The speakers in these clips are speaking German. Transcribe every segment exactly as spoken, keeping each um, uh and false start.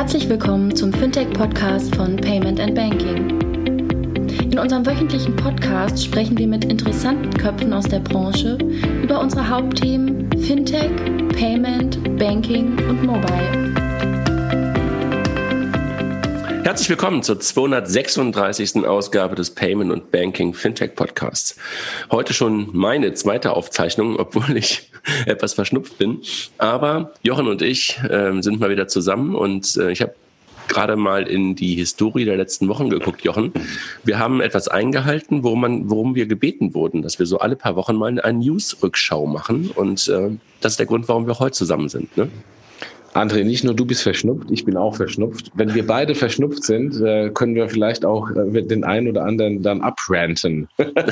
Herzlich willkommen zum Fintech-Podcast von Payment and Banking. In unserem wöchentlichen Podcast sprechen wir mit interessanten Köpfen aus der Branche über unsere Hauptthemen Fintech, Payment, Banking und Mobile. Herzlich willkommen zur zweihundertsechsunddreißigsten Ausgabe des Payment und Banking Fintech Podcasts. Heute schon meine zweite Aufzeichnung, obwohl ich etwas verschnupft bin. Aber Jochen und ich äh, sind mal wieder zusammen und äh, ich habe gerade mal in die Historie der letzten Wochen geguckt, Jochen. Wir haben etwas eingehalten, worum, man, worum wir gebeten wurden, dass wir so alle paar Wochen mal eine News-Rückschau machen. Und äh, das ist der Grund, warum wir heute zusammen sind, ne? André, nicht nur du bist verschnupft, ich bin auch verschnupft. Wenn wir beide verschnupft sind, können wir vielleicht auch den einen oder anderen dann abranten.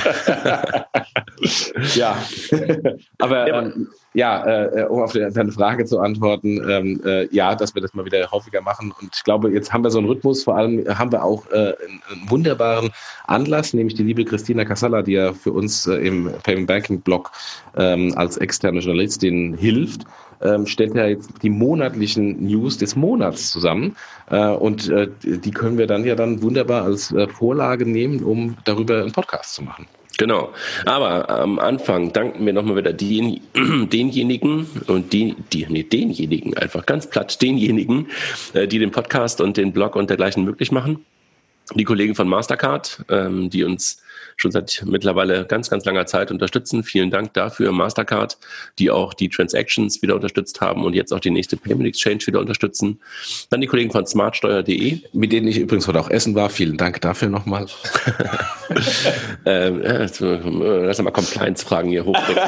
ja, aber ähm, ja, äh, um auf deine Frage zu antworten, ähm, äh, ja, dass wir das mal wieder häufiger machen. Und ich glaube, jetzt haben wir so einen Rhythmus, vor allem haben wir auch äh, einen wunderbaren Anlass, nämlich die liebe Christina Casalla, die ja für uns äh, im Payment Banking Blog ähm, als externe Journalistin hilft. Ähm, stellt ja jetzt die monatlichen News des Monats zusammen äh, und äh, die können wir dann ja dann wunderbar als äh, Vorlage nehmen, um darüber einen Podcast zu machen. Genau, aber am Anfang danken wir nochmal wieder den, denjenigen und die, die, nee, denjenigen, einfach ganz platt, denjenigen, äh, die den Podcast und den Blog und dergleichen möglich machen. Die Kollegen von Mastercard, ähm, die uns schon seit mittlerweile ganz, ganz langer Zeit unterstützen. Vielen Dank dafür. Mastercard, die auch die Transactions wieder unterstützt haben und jetzt auch die nächste Payment Exchange wieder unterstützen. Dann die Kollegen von smartsteuer punkt de. Mit denen ich übrigens heute auch essen war. Vielen Dank dafür nochmal. ähm, ja, lass mal Compliance-Fragen hier hochbringen.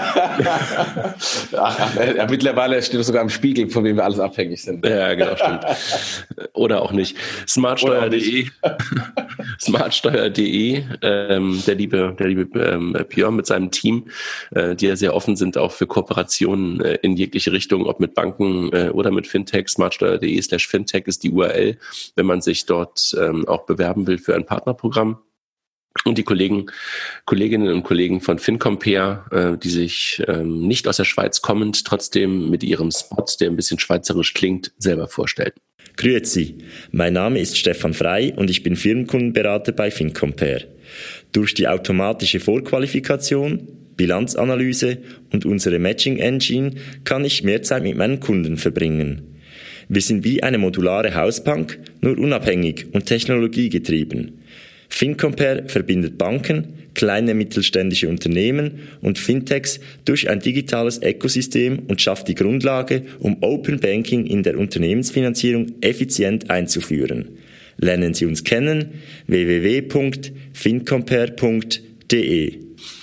Ach, ja, mittlerweile steht es sogar im Spiegel, von wem wir alles abhängig sind. Ja, genau, stimmt. Oder auch nicht. smartsteuer punkt de. smartsteuer punkt de, ähm, der liebe, der liebe ähm, Björn mit seinem Team, äh, die ja sehr offen sind auch für Kooperationen äh, in jegliche Richtung, ob mit Banken äh, oder mit Fintech. smartsteuer punkt de slash Fintech ist die U R L, wenn man sich dort ähm, auch bewerben will für ein Partnerprogramm. Und die Kollegen, Kolleginnen und Kollegen von FinCompare, äh, die sich ähm, nicht aus der Schweiz kommend, trotzdem mit ihrem Spot, der ein bisschen schweizerisch klingt, selber vorstellen. Grüezi, mein Name ist Stefan Frey und ich bin Firmenkundenberater bei FinCompare. Durch die automatische Vorqualifikation, Bilanzanalyse und unsere Matching Engine kann ich mehr Zeit mit meinen Kunden verbringen. Wir sind wie eine modulare Hausbank, nur unabhängig und technologiegetrieben. FinCompare verbindet Banken, kleine mittelständische Unternehmen und Fintechs durch ein digitales Ökosystem und schafft die Grundlage, um Open Banking in der Unternehmensfinanzierung effizient einzuführen. Lernen Sie uns kennen, w w w punkt fincompare punkt de.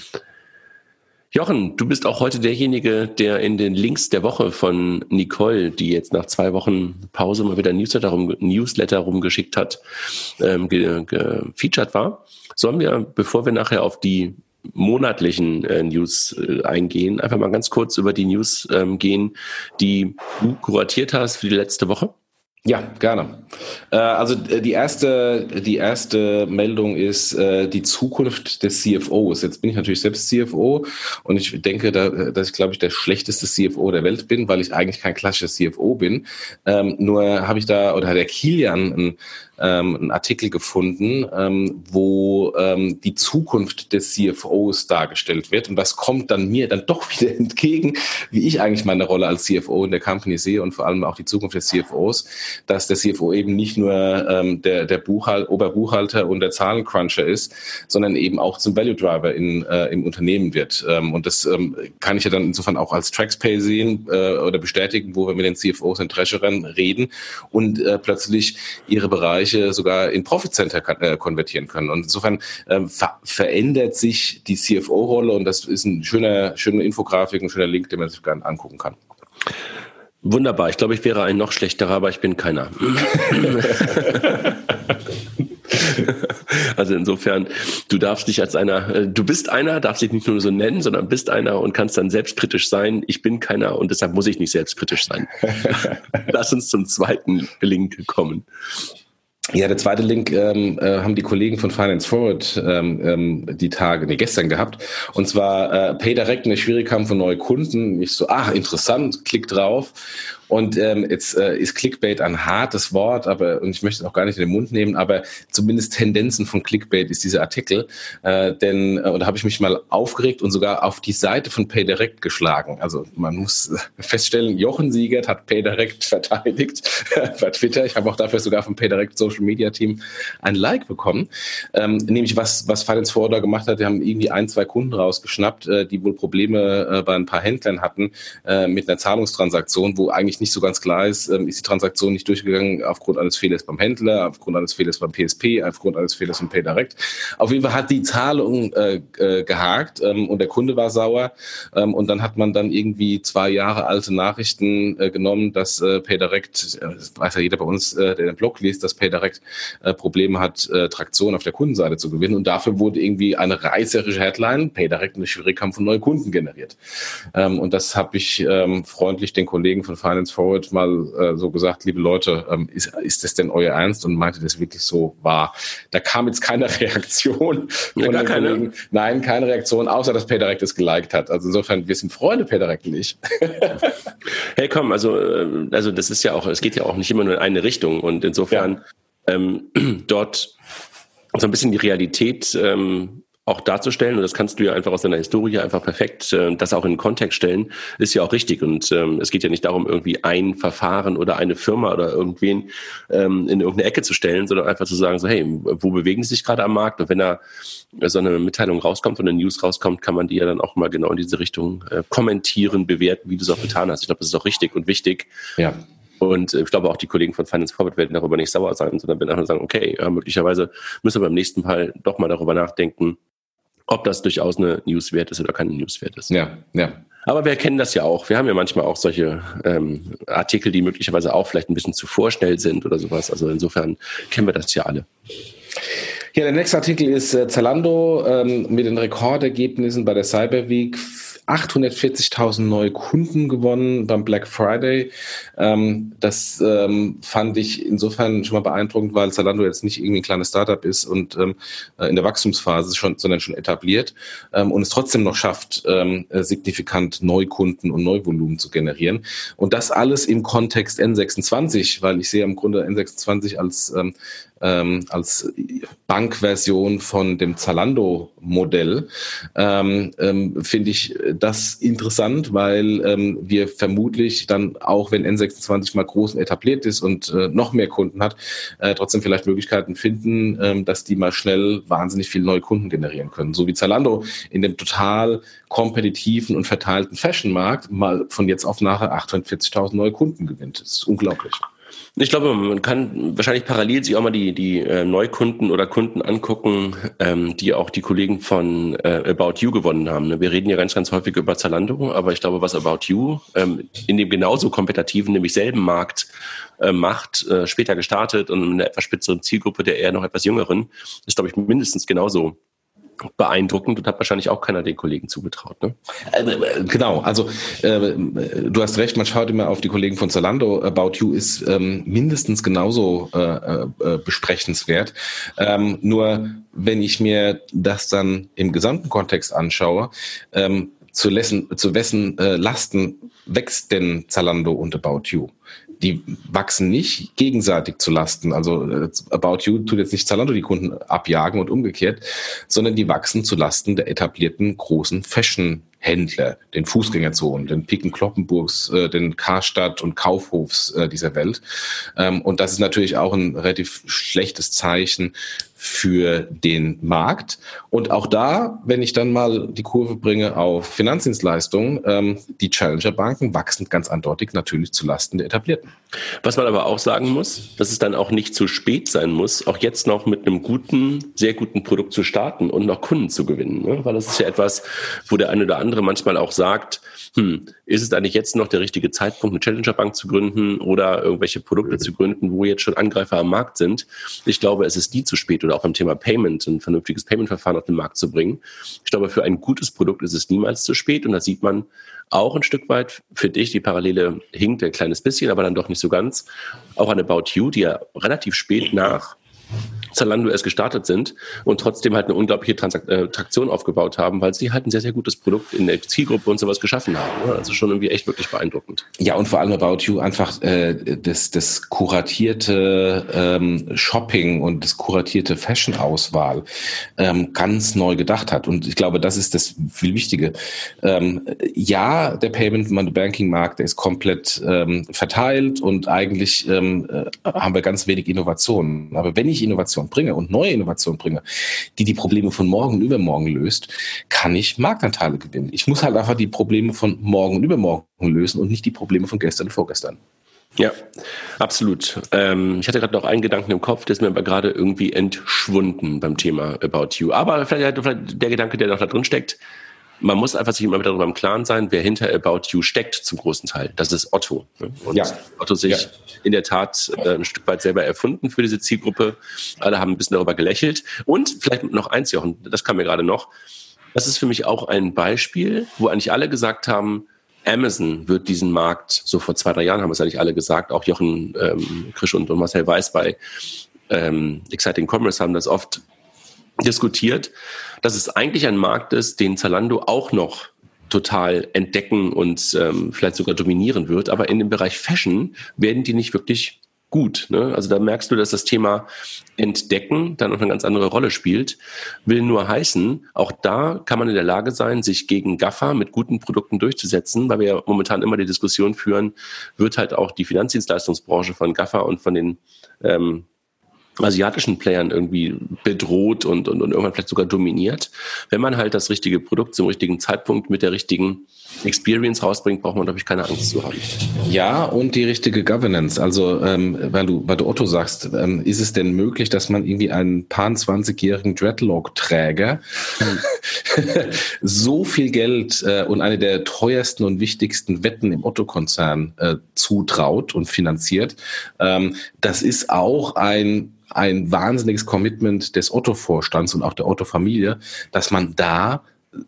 Jochen, du bist auch heute derjenige, der in den Links der Woche von Nicole, die jetzt nach zwei Wochen Pause mal wieder Newsletter, rum, Newsletter rumgeschickt hat, ähm, ge, gefeatured war. Sollen wir, bevor wir nachher auf die monatlichen äh, News äh, eingehen, einfach mal ganz kurz über die News ähm, gehen, die du kuratiert hast für die letzte Woche? Ja, gerne. Äh, also die erste, die erste Meldung ist äh, die Zukunft des C F Os. Jetzt bin ich natürlich selbst C F O und ich denke, da, dass ich, glaube ich, der schlechteste C F O der Welt bin, weil ich eigentlich kein klassischer C F O bin. Ähm, nur habe ich da, oder hat der Kilian ein ähm, einen Artikel gefunden, ähm, wo ähm, die Zukunft des C F Os dargestellt wird. Und das kommt dann mir dann doch wieder entgegen, wie ich eigentlich meine Rolle als C F O in der Company sehe und vor allem auch die Zukunft des C F Os, dass der C F O eben nicht nur ähm, der, der Buchhal- Oberbuchhalter und der Zahlencruncher ist, sondern eben auch zum Value Driver in, äh, im Unternehmen wird. Ähm, und das ähm, kann ich ja dann insofern auch als TraxPay sehen äh, oder bestätigen, wo wir mit den C F Os und Treasurern reden und äh, plötzlich ihre Bereiche sogar in Profit Center kan- äh, konvertieren können. Und insofern äh, ver- verändert sich die C F O-Rolle und das ist ein schöner, schöner Infografik, ein schöner Link, den man sich gerne angucken kann. Wunderbar. Ich glaube, ich wäre ein noch schlechterer, aber ich bin keiner. Also insofern, du darfst dich als einer, du bist einer, darfst dich nicht nur so nennen, sondern bist einer und kannst dann selbstkritisch sein. Ich bin keiner und deshalb muss ich nicht selbstkritisch sein. Lass uns zum zweiten Link kommen. Ja, der zweite Link ähm, äh, haben die Kollegen von Finance Forward ähm, ähm, die Tage, nee, gestern gehabt. Und zwar äh, PayDirect, eine Schwierigkeit von neue Kunden. Ich so, ach, interessant, klick drauf. Und ähm, jetzt äh, ist Clickbait ein hartes Wort, aber und ich möchte es auch gar nicht in den Mund nehmen, aber zumindest Tendenzen von Clickbait ist dieser Artikel. Äh, denn äh, und da habe ich mich mal aufgeregt und sogar auf die Seite von PayDirect geschlagen. Also man muss feststellen, Jochen Siegert hat PayDirect verteidigt bei Twitter. Ich habe auch dafür sogar vom PayDirect Social Media Team ein Like bekommen. Ähm, nämlich was, was Finance Forward da gemacht hat, die haben irgendwie ein, zwei Kunden rausgeschnappt, äh, die wohl Probleme äh, bei ein paar Händlern hatten äh, mit einer Zahlungstransaktion, wo eigentlich nicht so ganz klar ist, ähm, ist die Transaktion nicht durchgegangen aufgrund eines Fehlers beim Händler, aufgrund eines Fehlers beim P S P, aufgrund eines Fehlers beim PayDirect. Auf jeden Fall hat die Zahlung äh, äh, gehakt ähm, und der Kunde war sauer ähm, und dann hat man dann irgendwie zwei Jahre alte Nachrichten äh, genommen, dass äh, PayDirect, äh, das weiß ja jeder bei uns, äh, der den Blog liest, dass PayDirect äh, Probleme hat, äh, Traktion auf der Kundenseite zu gewinnen und dafür wurde irgendwie eine reißerische Headline, PayDirect eine Schwierigkeit von neuen Kunden generiert. Ähm, und das habe ich ähm, freundlich den Kollegen von Finance Forward mal äh, so gesagt, liebe Leute, ähm, ist, ist das denn euer Ernst? Und meinte das wirklich so wahr. Da kam jetzt keine Reaktion ja, von gar den keine. Kollegen. Nein, keine Reaktion, außer dass PayDirect es geliked hat. Also insofern, wir sind Freunde PayDirect nicht. Hey, komm, also, also das ist ja auch, es geht ja auch nicht immer nur in eine Richtung und insofern ja. ähm, dort so ein bisschen die Realität ähm, auch darzustellen, und das kannst du ja einfach aus deiner Historie einfach perfekt, äh, das auch in den Kontext stellen, ist ja auch richtig. Und ähm, es geht ja nicht darum, irgendwie ein Verfahren oder eine Firma oder irgendwen ähm, in irgendeine Ecke zu stellen, sondern einfach zu sagen, so hey, wo bewegen sie sich gerade am Markt? Und wenn da so eine Mitteilung rauskommt und eine News rauskommt, kann man die ja dann auch mal genau in diese Richtung äh, kommentieren, bewerten, wie du es auch getan hast. Ich glaube, das ist auch richtig und wichtig. Ja. Und ich glaube, auch die Kollegen von Finance Forward werden darüber nicht sauer sein, sondern werden einfach sagen, okay, ja, möglicherweise müssen wir beim nächsten Mal doch mal darüber nachdenken, ob das durchaus eine News wert ist oder keine News wert ist. Ja, ja. Aber wir kennen das ja auch. Wir haben ja manchmal auch solche ähm, Artikel, die möglicherweise auch vielleicht ein bisschen zu vorschnell sind oder sowas. Also insofern kennen wir das ja alle. Ja, der nächste Artikel ist äh, Zalando ähm, mit den Rekordergebnissen bei der Cyber Week. achthundertvierzigtausend neue Kunden gewonnen beim Black Friday. Ähm, das ähm, fand ich insofern schon mal beeindruckend, weil Zalando jetzt nicht irgendwie ein kleines Startup ist und ähm, in der Wachstumsphase schon, sondern schon etabliert ähm, und es trotzdem noch schafft, ähm, signifikant Neukunden und Neuvolumen zu generieren. Und das alles im Kontext N sechsundzwanzig, weil ich sehe im Grunde N sechsundzwanzig als ähm, Ähm, als Bankversion von dem Zalando-Modell, ähm, ähm, finde ich das interessant, weil ähm, wir vermutlich dann auch, wenn N sechsundzwanzig mal groß und etabliert ist und äh, noch mehr Kunden hat, äh, trotzdem vielleicht Möglichkeiten finden, ähm, dass die mal schnell wahnsinnig viele neue Kunden generieren können. So wie Zalando in dem total kompetitiven und verteilten Fashion-Markt mal von jetzt auf nachher achthundertvierzigtausend neue Kunden gewinnt. Das ist unglaublich. Ich glaube, man kann wahrscheinlich parallel sich auch mal die, die äh, Neukunden oder Kunden angucken, ähm, die auch die Kollegen von äh, About You gewonnen haben. Ne? Wir reden ja ganz, ganz häufig über Zalando, aber ich glaube, was About You ähm, in dem genauso kompetitiven, nämlich selben Markt äh, macht, äh, später gestartet und in einer etwas spitzeren Zielgruppe der eher noch etwas jüngeren, ist, glaube ich, mindestens genauso beeindruckend und hat wahrscheinlich auch keiner den Kollegen zugetraut. Ne? Äh, genau, also äh, du hast recht, man schaut immer auf die Kollegen von Zalando. About You ist ähm, mindestens genauso äh, äh, besprechenswert. Ähm, nur wenn ich mir das dann im gesamten Kontext anschaue, ähm, zu, lessen, zu wessen äh, Lasten wächst denn Zalando und About You? Die wachsen nicht gegenseitig zu Lasten. Also äh, About You tut jetzt nicht Zalando die Kunden abjagen und umgekehrt, sondern die wachsen zu Lasten der etablierten großen Fashion-Händler, den Fußgängerzonen, den Piken-Kloppenburgs, äh, den Karstadt und Kaufhofs äh, dieser Welt. Ähm, und das ist natürlich auch ein relativ schlechtes Zeichen für den Markt. Und auch da, wenn ich dann mal die Kurve bringe auf Finanzdienstleistungen, ähm, die Challenger-Banken wachsen ganz eindeutig natürlich zu Lasten der Etablierten. Was man aber auch sagen muss, dass es dann auch nicht zu spät sein muss, auch jetzt noch mit einem guten, sehr guten Produkt zu starten und noch Kunden zu gewinnen. Ne? Weil das ist ja etwas, wo der eine oder andere manchmal auch sagt, hm, ist es eigentlich jetzt noch der richtige Zeitpunkt, eine Challenger-Bank zu gründen oder irgendwelche Produkte zu gründen, wo jetzt schon Angreifer am Markt sind? Ich glaube, es ist nie zu spät, oder auch beim Thema Payment, ein vernünftiges Payment-Verfahren auf den Markt zu bringen. Ich glaube, für ein gutes Produkt ist es niemals zu spät, und da sieht man auch ein Stück weit, für dich, die Parallele hinkt ein kleines bisschen, aber dann doch nicht so ganz, auch an About You, die ja relativ spät nach Zalando erst gestartet sind und trotzdem halt eine unglaubliche Transak- äh, Traktion aufgebaut haben, weil sie halt ein sehr, sehr gutes Produkt in der Zielgruppe und sowas geschaffen haben. Also schon irgendwie echt wirklich beeindruckend. Ja, und vor allem About You einfach äh, das, das kuratierte ähm, Shopping und das kuratierte Fashion-Auswahl ähm, ganz neu gedacht hat. Und ich glaube, das ist das viel Wichtige. Ähm, ja, der Payment-Banking-Markt, der ist komplett ähm, verteilt und eigentlich ähm, äh, haben wir ganz wenig Innovationen. Aber wenn ich Innovation bringe und neue Innovation bringe, die die Probleme von morgen und übermorgen löst, kann ich Marktanteile gewinnen. Ich muss halt einfach die Probleme von morgen und übermorgen lösen und nicht die Probleme von gestern und vorgestern. Ja, absolut. Ähm, ich hatte gerade noch einen Gedanken im Kopf, der ist mir aber gerade irgendwie entschwunden beim Thema About You. Aber vielleicht, vielleicht der Gedanke, der noch da drin steckt, man muss einfach sich immer wieder darüber im Klaren sein, wer hinter About You steckt zum großen Teil. Das ist Otto. Und ja. Otto sich ja. in der Tat äh, ein Stück weit selber erfunden für diese Zielgruppe. Alle haben ein bisschen darüber gelächelt. Und vielleicht noch eins, Jochen, das kam mir gerade noch. Das ist für mich auch ein Beispiel, wo eigentlich alle gesagt haben, Amazon wird diesen Markt, so vor zwei, drei Jahren haben es eigentlich alle gesagt, auch Jochen ähm, Krisch und, und Marcel Weiß bei ähm, Exciting Commerce haben das oft diskutiert, dass es eigentlich ein Markt ist, den Zalando auch noch total entdecken und ähm, vielleicht sogar dominieren wird. Aber in dem Bereich Fashion werden die nicht wirklich gut. Ne? Also da merkst du, dass das Thema Entdecken dann noch eine ganz andere Rolle spielt. Will nur heißen, auch da kann man in der Lage sein, sich gegen GAFA mit guten Produkten durchzusetzen, weil wir ja momentan immer die Diskussion führen, wird halt auch die Finanzdienstleistungsbranche von GAFA und von den ähm, asiatischen Playern irgendwie bedroht und, und, und irgendwann vielleicht sogar dominiert. Wenn man halt das richtige Produkt zum richtigen Zeitpunkt mit der richtigen Experience rausbringt, braucht man, glaube ich, keine Angst zu haben. Ja, und die richtige Governance. Also, ähm, weil du, weil du Otto sagst, ähm, ist es denn möglich, dass man irgendwie einen paar zwanzigjährigen Dreadlock-Träger so viel Geld äh, und eine der teuersten und wichtigsten Wetten im Otto-Konzern äh, zutraut und finanziert? Ähm, das ist auch ein ein wahnsinniges Commitment des Otto-Vorstands und auch der Otto-Familie, dass man da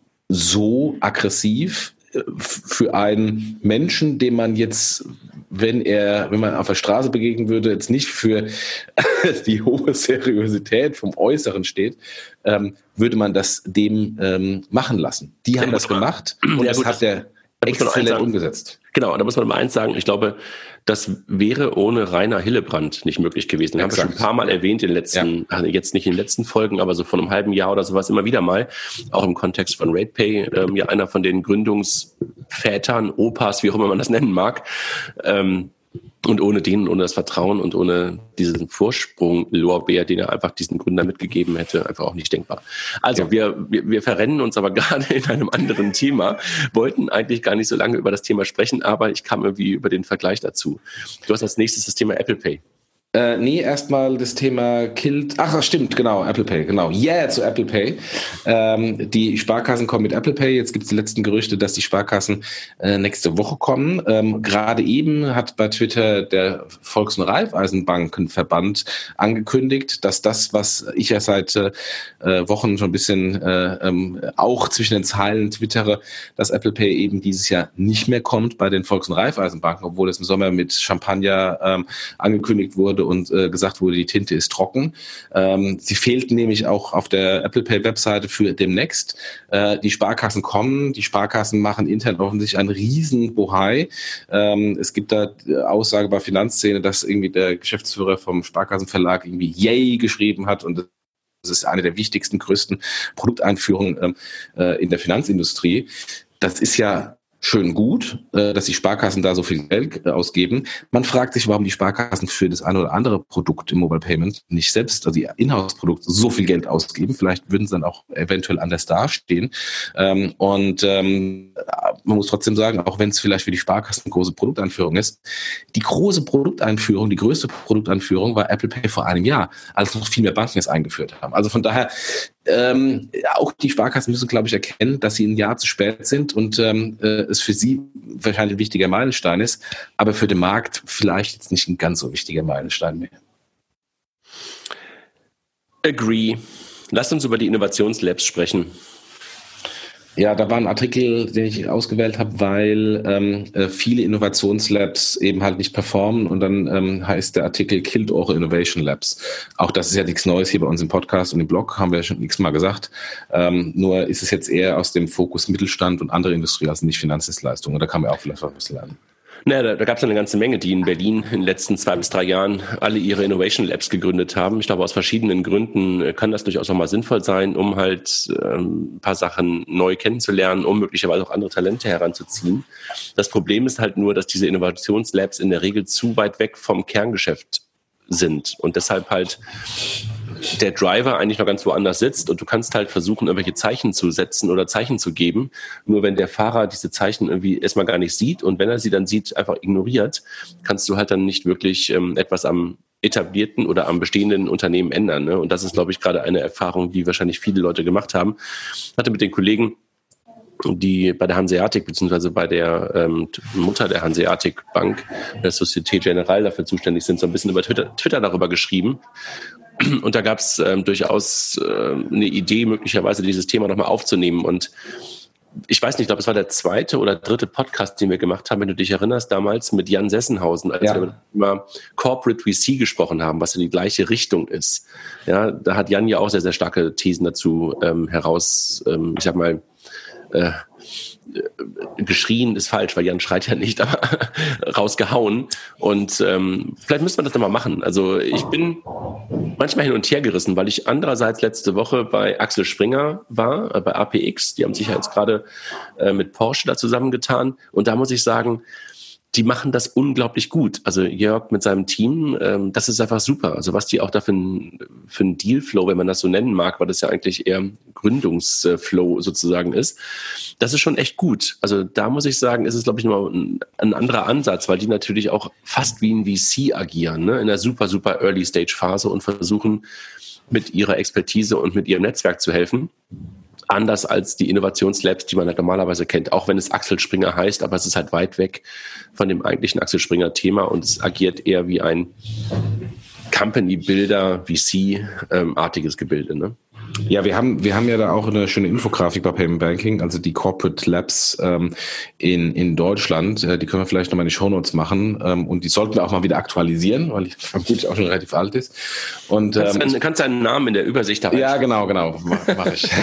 so aggressiv für einen Menschen, dem man jetzt, wenn er, wenn man auf der Straße begegnen würde, jetzt nicht für die hohe Seriosität vom Äußeren steht, ähm, würde man das dem ähm, machen lassen. Die haben das gemacht und das hat der exzellent umgesetzt. Genau, da muss man mal eins sagen, ich glaube, das wäre ohne Rainer Hillebrand nicht möglich gewesen. Wir haben wir schon ein paar Mal erwähnt in den letzten, ja. jetzt nicht in den letzten Folgen, aber so vor einem halben Jahr oder sowas immer wieder mal, auch im Kontext von RatePay, ähm, ja einer von den Gründungsvätern, Opas, wie auch immer man das nennen mag, ähm, und ohne den, ohne das Vertrauen und ohne diesen Vorsprung Lorbeer, den er einfach diesen Gründer mitgegeben hätte, einfach auch nicht denkbar. Also ja. wir, wir wir verrennen uns aber gerade in einem anderen Thema, wollten eigentlich gar nicht so lange über das Thema sprechen, aber ich kam irgendwie über den Vergleich dazu. Du hast als nächstes das Thema Apple Pay. Äh, nee, erstmal das Thema Killed. Ach, das stimmt, genau, Apple Pay, genau. Yeah, zu Apple Pay. Ähm, die Sparkassen kommen mit Apple Pay. Jetzt gibt es die letzten Gerüchte, dass die Sparkassen äh, nächste Woche kommen. Ähm, gerade eben hat bei Twitter der Volks- und Raiffeisenbankenverband angekündigt, dass das, was ich ja seit äh, Wochen schon ein bisschen äh, ähm, auch zwischen den Zeilen twittere, dass Apple Pay eben dieses Jahr nicht mehr kommt bei den Volks- und Raiffeisenbanken, obwohl es im Sommer mit Champagner ähm, angekündigt wurde und äh, gesagt wurde, die Tinte ist trocken. Ähm, sie fehlten nämlich auch auf der Apple Pay Webseite für demnächst. Äh, die Sparkassen kommen, die Sparkassen machen intern offensichtlich einen riesen Bohai. Ähm, es gibt da Aussage bei Finanzszene, dass irgendwie der Geschäftsführer vom Sparkassenverlag irgendwie Yay geschrieben hat und das ist eine der wichtigsten, größten Produkteinführungen äh, in der Finanzindustrie. Das ist ja schön gut, dass die Sparkassen da so viel Geld ausgeben. Man fragt sich, warum die Sparkassen für das eine oder andere Produkt im Mobile Payment nicht selbst, also ihr Inhouse-Produkt, so viel Geld ausgeben. Vielleicht würden sie dann auch eventuell anders dastehen. Und man muss trotzdem sagen, auch wenn es vielleicht für die Sparkassen eine große Produkteinführung ist, die große Produkteinführung, die größte Produkteinführung war Apple Pay vor einem Jahr, als noch viel mehr Banken es eingeführt haben. Also von daher, Ähm, auch die Sparkassen müssen, glaube ich, erkennen, dass sie ein Jahr zu spät sind und ähm, äh, es für sie wahrscheinlich ein wichtiger Meilenstein ist, aber für den Markt vielleicht jetzt nicht ein ganz so wichtiger Meilenstein mehr. Agree. Lasst uns über die Innovationslabs sprechen. Ja, da war ein Artikel, den ich ausgewählt habe, weil ähm, viele Innovationslabs eben halt nicht performen und dann ähm, heißt der Artikel Killed Eure Innovation Labs. Auch das ist ja nichts Neues hier bei uns im Podcast und im Blog, haben wir ja schon x-mal gesagt. Ähm, nur ist es jetzt eher aus dem Fokus Mittelstand und andere Industrie als nicht Finanzdienstleistungen. Da kann man auch vielleicht was lernen. Naja, da, da gab es eine ganze Menge, die in Berlin in den letzten zwei bis drei Jahren alle ihre Innovation Labs gegründet haben. Ich glaube, aus verschiedenen Gründen kann das durchaus auch mal sinnvoll sein, um halt ähm, ein paar Sachen neu kennenzulernen, um möglicherweise auch andere Talente heranzuziehen. Das Problem ist halt nur, dass diese Innovationslabs in der Regel zu weit weg vom Kerngeschäft sind und deshalb halt der Driver eigentlich noch ganz woanders sitzt und du kannst halt versuchen, irgendwelche Zeichen zu setzen oder Zeichen zu geben. Nur wenn der Fahrer diese Zeichen irgendwie erstmal gar nicht sieht und wenn er sie dann sieht, einfach ignoriert, kannst du halt dann nicht wirklich ähm, etwas am etablierten oder am bestehenden Unternehmen ändern. Ne? Und das ist, glaube ich, gerade eine Erfahrung, die wahrscheinlich viele Leute gemacht haben. Ich hatte mit den Kollegen, die bei der Hanseatic beziehungsweise bei der ähm, Mutter der Hanseatic Bank, der Société Générale, dafür zuständig sind, so ein bisschen über Twitter, Twitter darüber geschrieben. Und da gab es ähm, durchaus äh, eine Idee, möglicherweise dieses Thema nochmal aufzunehmen. Und ich weiß nicht, ich glaube, es war der zweite oder dritte Podcast, den wir gemacht haben, wenn du dich erinnerst, damals mit Jan Sessenhausen, als ja. wir über Corporate V C gesprochen haben, was in die gleiche Richtung ist. Ja, da hat Jan ja auch sehr, sehr starke Thesen dazu ähm, heraus, ähm, ich sag mal, äh, geschrien ist falsch, weil Jan schreit ja nicht, aber rausgehauen. Und ähm, vielleicht müsste man das nochmal machen. Also ich bin manchmal hin und her gerissen, weil ich andererseits letzte Woche bei Axel Springer war, äh, bei A P X. Die haben sich ja jetzt gerade äh, mit Porsche da zusammengetan. Und da muss ich sagen, die machen das unglaublich gut. Also Jörg mit seinem Team, ähm, das ist einfach super. Also was die auch da für ein, für ein Dealflow, wenn man das so nennen mag, weil das ja eigentlich eher Gründungsflow sozusagen ist, das ist schon echt gut. Also da muss ich sagen, ist es, glaube ich, nochmal ein, ein anderer Ansatz, weil die natürlich auch fast wie ein V C agieren, ne? In einer super, super Early-Stage-Phase und versuchen mit ihrer Expertise und mit ihrem Netzwerk zu helfen. Anders als die Innovationslabs, die man halt normalerweise kennt, auch wenn es Axel Springer heißt, aber es ist halt weit weg von dem eigentlichen Axel Springer Thema und es agiert eher wie ein Company-Builder, V C-artiges Gebilde, ne? Ja, wir haben wir haben ja da auch eine schöne Infografik bei Payment Banking, also die Corporate Labs ähm, in in Deutschland. Äh, die können wir vielleicht nochmal in die Shownotes machen ähm, und die sollten wir auch mal wieder aktualisieren, weil ich vermutlich auch schon relativ alt ist. Und kannst, ähm, du, kannst du einen Namen in der Übersicht da ja, genau, genau, mache mach ich.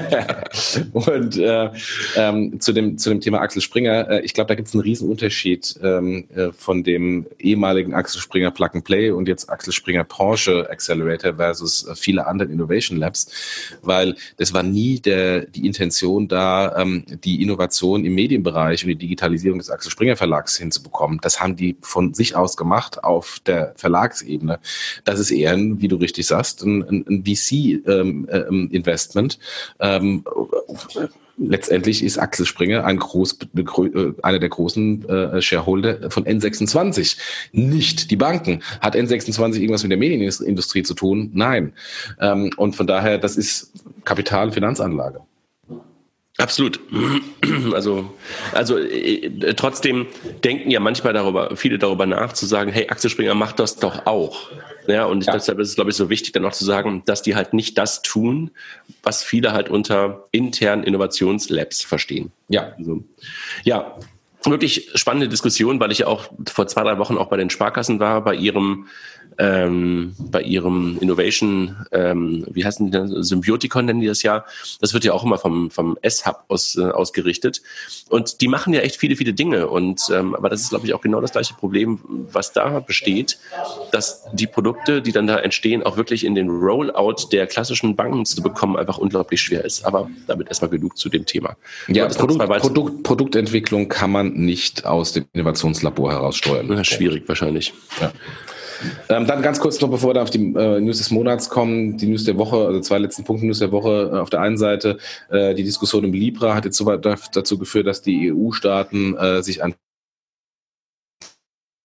Und äh, ähm, zu dem zu dem Thema Axel Springer, äh, ich glaube, da gibt es einen riesen Unterschied ähm, äh, von dem ehemaligen Axel Springer Plug and Play und jetzt Axel Springer Porsche Accelerator versus äh, viele andere Innovation Labs. Weil das war nie der, die Intention da, ähm, die Innovation im Medienbereich und die Digitalisierung des Axel Springer Verlags hinzubekommen. Das haben die von sich aus gemacht auf der Verlagsebene. Das ist eher, ein, wie du richtig sagst, ein, ein, ein V C-Investment. Ähm, ähm, Letztendlich ist Axel Springer ein groß, einer der großen äh, Shareholder von N sechsundzwanzig. Nicht die Banken. Hat N sechsundzwanzig irgendwas mit der Medienindustrie zu tun? Nein. Ähm, und von daher, das ist Kapital- und Finanzanlage. Absolut. Also, also äh, trotzdem denken ja manchmal darüber, viele darüber nach, zu sagen, hey, Axel Springer macht das doch auch. Ja, und ja. deshalb ist es, glaube ich, so wichtig, dann auch zu sagen, dass die halt nicht das tun, was viele halt unter internen Innovationslabs verstehen. Ja. Also, ja, wirklich spannende Diskussion, weil ich ja auch vor zwei, drei Wochen auch bei den Sparkassen war, bei ihrem ähm, bei ihrem Innovation, ähm, wie heißen die denn, Symbioticon nennen die das ja, das wird ja auch immer vom vom S-Hub aus, äh, ausgerichtet und die machen ja echt viele, viele Dinge und ähm, aber das ist, glaube ich, auch genau das gleiche Problem, was da besteht, dass die Produkte, die dann da entstehen, auch wirklich in den Rollout der klassischen Banken zu bekommen, einfach unglaublich schwer ist, aber damit erstmal genug zu dem Thema. Ja, Produkt, Produkt, Produktentwicklung kann man nicht aus dem Innovationslabor heraus steuern. Ja, schwierig wahrscheinlich. Ja. Ähm, dann ganz kurz noch, bevor wir da auf die äh, News des Monats kommen, die News der Woche, also zwei letzten Punkte News der Woche. Äh, auf der einen Seite, äh, die Diskussion um Libra hat jetzt so weit dazu geführt, dass die E U-Staaten äh, sich ein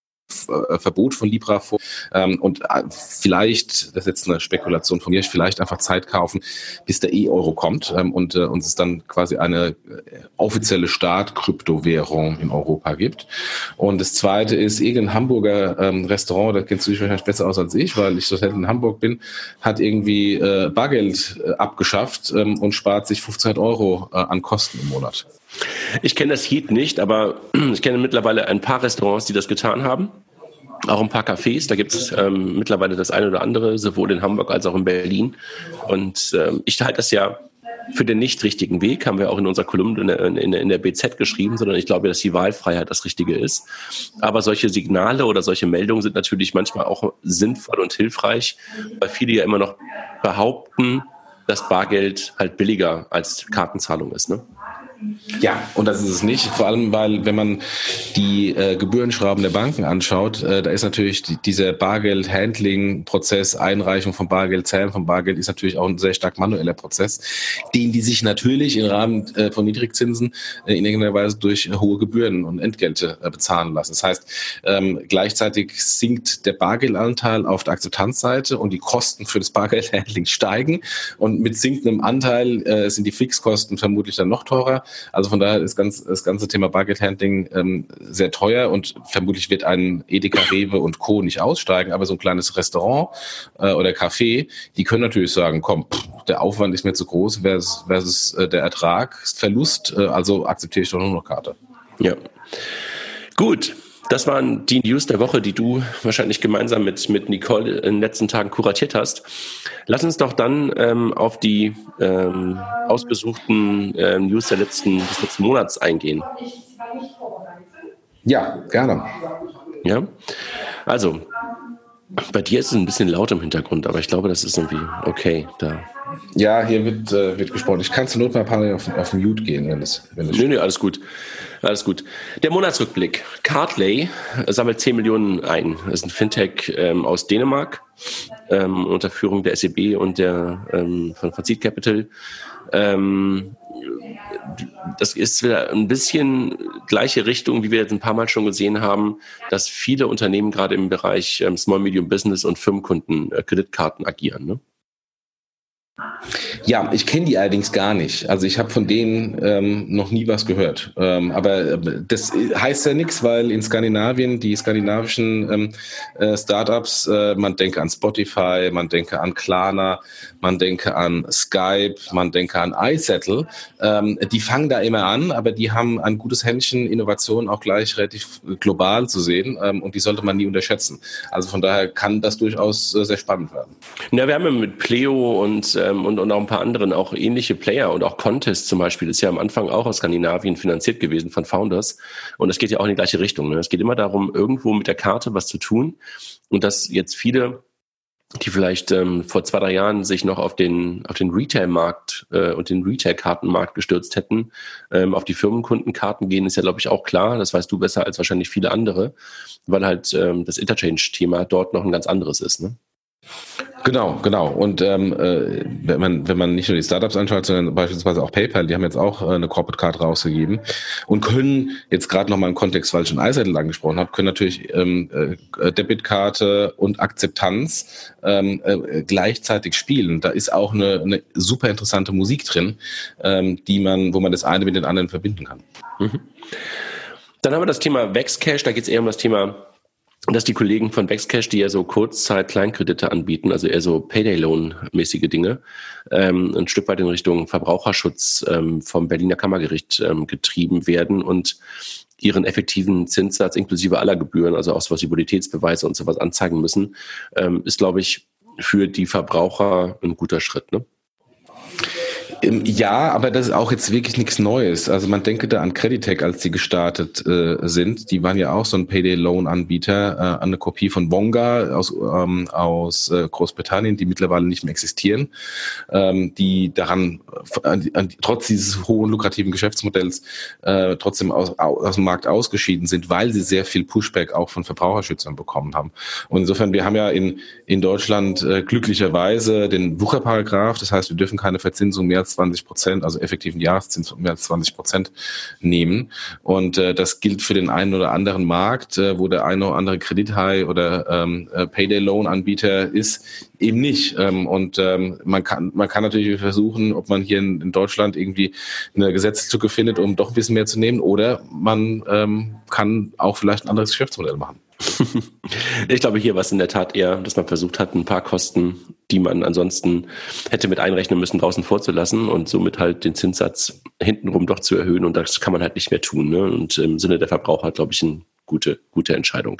äh, Verbot von Libra vor ähm, und äh, vielleicht, das ist jetzt eine Spekulation von mir, vielleicht einfach Zeit kaufen, bis der E-Euro kommt ähm, und äh, uns es dann quasi eine äh, offizielle Staat-Kryptowährung in Europa gibt. Und das Zweite ist, irgendein Hamburger ähm, Restaurant, da kennst du dich wahrscheinlich besser aus als ich, weil ich so selten in Hamburg bin, hat irgendwie äh, Bargeld äh, abgeschafft ähm, und spart sich fünfzehn Euro äh, an Kosten im Monat. Ich kenne das Heat nicht, aber ich kenne mittlerweile ein paar Restaurants, die das getan haben. Auch ein paar Cafés, da gibt es ähm, mittlerweile das eine oder andere, sowohl in Hamburg als auch in Berlin. Und ähm, ich halte das ja für den nicht richtigen Weg, haben wir auch in unserer Kolumne in der, in, in der B Z geschrieben, sondern ich glaube, dass die Wahlfreiheit das Richtige ist. Aber solche Signale oder solche Meldungen sind natürlich manchmal auch sinnvoll und hilfreich, weil viele ja immer noch behaupten, dass Bargeld halt billiger als Kartenzahlung ist, ne? Ja, und das ist es nicht. Vor allem, weil wenn man die äh, Gebührenschrauben der Banken anschaut, äh, da ist natürlich die, dieser Bargeld-Handling-Prozess, Einreichung von Bargeld, Zählen von Bargeld, ist natürlich auch ein sehr stark manueller Prozess, den die sich natürlich im Rahmen äh, von Niedrigzinsen äh, in irgendeiner Weise durch äh, hohe Gebühren und Entgelte äh, bezahlen lassen. Das heißt, ähm, gleichzeitig sinkt der Bargeldanteil auf der Akzeptanzseite und die Kosten für das Bargeldhandling steigen und mit sinkendem Anteil äh, sind die Fixkosten vermutlich dann noch teurer. Also von daher ist ganz, das ganze Thema Bargeldhandling ähm, sehr teuer und vermutlich wird ein Edeka, Rewe und Co. nicht aussteigen, aber so ein kleines Restaurant äh, oder Café, die können natürlich sagen, komm, pff, der Aufwand ist mir zu groß versus, versus äh, der Ertragsverlust, äh, also akzeptiere ich doch nur noch Karte. Ja, gut. Das waren die News der Woche, die du wahrscheinlich gemeinsam mit, mit Nicole in den letzten Tagen kuratiert hast. Lass uns doch dann ähm, auf die ähm, ausbesuchten ähm, News der letzten, des letzten Monats eingehen. Ja, gerne. Ja, also bei dir ist es ein bisschen laut im Hintergrund, aber ich glaube, das ist irgendwie okay. Da. Ja, hier wird, äh, wird gesprochen. Ich kann zur Not mal ein paar Mal auf, auf Mute gehen, wenn das, wenn das Nö, nö, alles gut. Alles gut. Der Monatsrückblick. Cardlay sammelt zehn Millionen ein. Das ist ein Fintech ähm, aus Dänemark ähm, unter Führung der S E B und der ähm, von Seed Capital. Ähm, das ist wieder ein bisschen gleiche Richtung, wie wir jetzt ein paar Mal schon gesehen haben, dass viele Unternehmen gerade im Bereich ähm, Small Medium Business und Firmenkunden äh, Kreditkarten agieren, ne? Ja, ich kenne die allerdings gar nicht. Also ich habe von denen ähm, noch nie was gehört. Ähm, aber das heißt ja nichts, weil in Skandinavien die skandinavischen ähm, äh, Startups, äh, man denke an Spotify, man denke an Klarna, man denke an Skype, man denke an iSettle. Ähm, die fangen da immer an, aber die haben ein gutes Händchen, Innovation auch gleich relativ global zu sehen ähm, und die sollte man nie unterschätzen. Also von daher kann das durchaus äh, sehr spannend werden. Ja, wir haben ja mit Pleo und ähm, und, und auch ein paar anderen auch ähnliche Player und auch Contest zum Beispiel ist ja am Anfang auch aus Skandinavien finanziert gewesen von Founders und es geht ja auch in die gleiche Richtung. Ne? Es geht immer darum, irgendwo mit der Karte was zu tun und dass jetzt viele, die vielleicht ähm, vor zwei, drei Jahren sich noch auf den auf den Retail-Markt äh, und den Retail-Kartenmarkt gestürzt hätten, ähm, auf die Firmenkundenkarten gehen, ist ja, glaube ich, auch klar. Das weißt du besser als wahrscheinlich viele andere, weil halt ähm, das Interchange-Thema dort noch ein ganz anderes ist, ne? Genau, genau. Und ähm, äh, wenn man wenn man nicht nur die Startups anschaut, sondern beispielsweise auch PayPal, die haben jetzt auch äh, eine Corporate Card rausgegeben und können jetzt gerade nochmal im Kontext, weil ich schon iSettle angesprochen habe, können natürlich ähm, äh, Debitkarte und Akzeptanz ähm, äh, gleichzeitig spielen. Da ist auch eine, eine super interessante Musik drin, ähm, die man, wo man das eine mit den anderen verbinden kann. Mhm. Dann haben wir das Thema Vexcash. Da geht es eher um das Thema, dass die Kollegen von Vexcash, die ja so Kurzzeit-Kleinkredite anbieten, also eher so Payday-Loan-mäßige Dinge, ähm, ein Stück weit in Richtung Verbraucherschutz ähm, vom Berliner Kammergericht ähm, getrieben werden und ihren effektiven Zinssatz inklusive aller Gebühren, also auch sowas wie Bonitätsbeweise und sowas anzeigen müssen, ähm, ist, glaube ich, für die Verbraucher ein guter Schritt, ne? Ja, aber das ist auch jetzt wirklich nichts Neues. Also man denke da an Creditec, als die gestartet äh, sind. Die waren ja auch so ein Payday-Loan-Anbieter, äh, eine Kopie von Wonga aus, ähm, aus äh, Großbritannien, die mittlerweile nicht mehr existieren, ähm, die daran, an, an, trotz dieses hohen lukrativen Geschäftsmodells, äh, trotzdem aus, aus dem Markt ausgeschieden sind, weil sie sehr viel Pushback auch von Verbraucherschützern bekommen haben. Und insofern, wir haben ja in, in Deutschland äh, glücklicherweise den Wucherparagraph, das heißt, wir dürfen keine Verzinsung mehr als als zwanzig Prozent, also effektiven Jahreszins von mehr als zwanzig Prozent nehmen. Und äh, das gilt für den einen oder anderen Markt, äh, wo der eine oder andere Kredithai oder ähm, Payday-Loan-Anbieter ist, eben nicht. Ähm, und ähm, man kann man kann natürlich versuchen, ob man hier in, in Deutschland irgendwie eine Gesetzeslücke findet, um doch ein bisschen mehr zu nehmen, oder man ähm, kann auch vielleicht ein anderes Geschäftsmodell machen. Ich glaube, hier war es in der Tat eher, dass man versucht hat, ein paar Kosten, die man ansonsten hätte mit einrechnen müssen, draußen vorzulassen und somit halt den Zinssatz hintenrum doch zu erhöhen. Und das kann man halt nicht mehr tun. Ne? Und im Sinne der Verbraucher, glaube ich, eine gute, gute Entscheidung.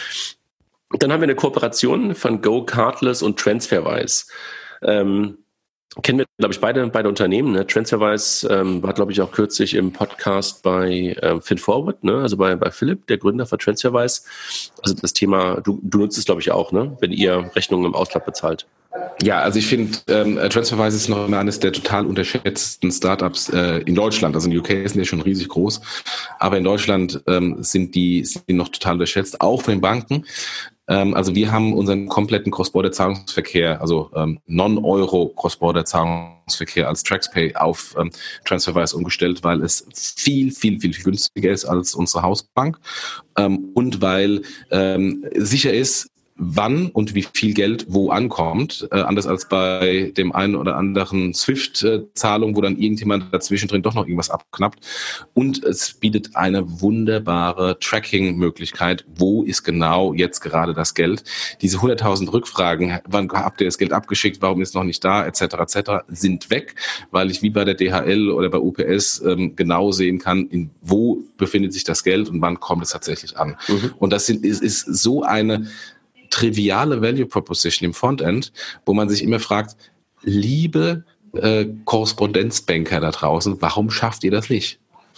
Dann haben wir eine Kooperation von Go Cardless und TransferWise. Ähm, kennen wir, glaube ich, beide, beide Unternehmen. Ne? TransferWise ähm, war, glaube ich, auch kürzlich im Podcast bei ähm, FinForward, ne? Also bei, bei Philipp, der Gründer von TransferWise. Also das Thema, du, du nutzt es, glaube ich, auch, ne? Wenn ihr Rechnungen im Ausland bezahlt. Ja, also ich finde, ähm, TransferWise ist noch immer eines der total unterschätzten Startups äh, in Deutschland. Also in U K sind die schon riesig groß, aber in Deutschland ähm, sind, die, sind die noch total unterschätzt, auch von den Banken. Ähm, also wir haben unseren kompletten Cross-Border-Zahlungsverkehr, also ähm, Non-Euro-Cross-Border-Zahlungsverkehr als TraxPay auf ähm, TransferWise umgestellt, weil es viel, viel, viel, viel günstiger ist als unsere Hausbank ähm, und weil ähm, sicher ist, wann und wie viel Geld wo ankommt, äh, anders als bei dem einen oder anderen Swift-Zahlung, wo dann irgendjemand dazwischen drin doch noch irgendwas abknappt. Und es bietet eine wunderbare Tracking-Möglichkeit, wo ist genau jetzt gerade das Geld. Diese hunderttausend Rückfragen, wann habt ihr das Geld abgeschickt, warum ist es noch nicht da, et cetera et cetera, sind weg, weil ich wie bei der D H L oder bei U P S ähm, genau sehen kann, in wo befindet sich das Geld und wann kommt es tatsächlich an. Mhm. Und das sind, ist, ist so eine triviale Value Proposition im Frontend, wo man sich immer fragt, liebe äh, Korrespondenzbanker da draußen, warum schafft ihr das nicht?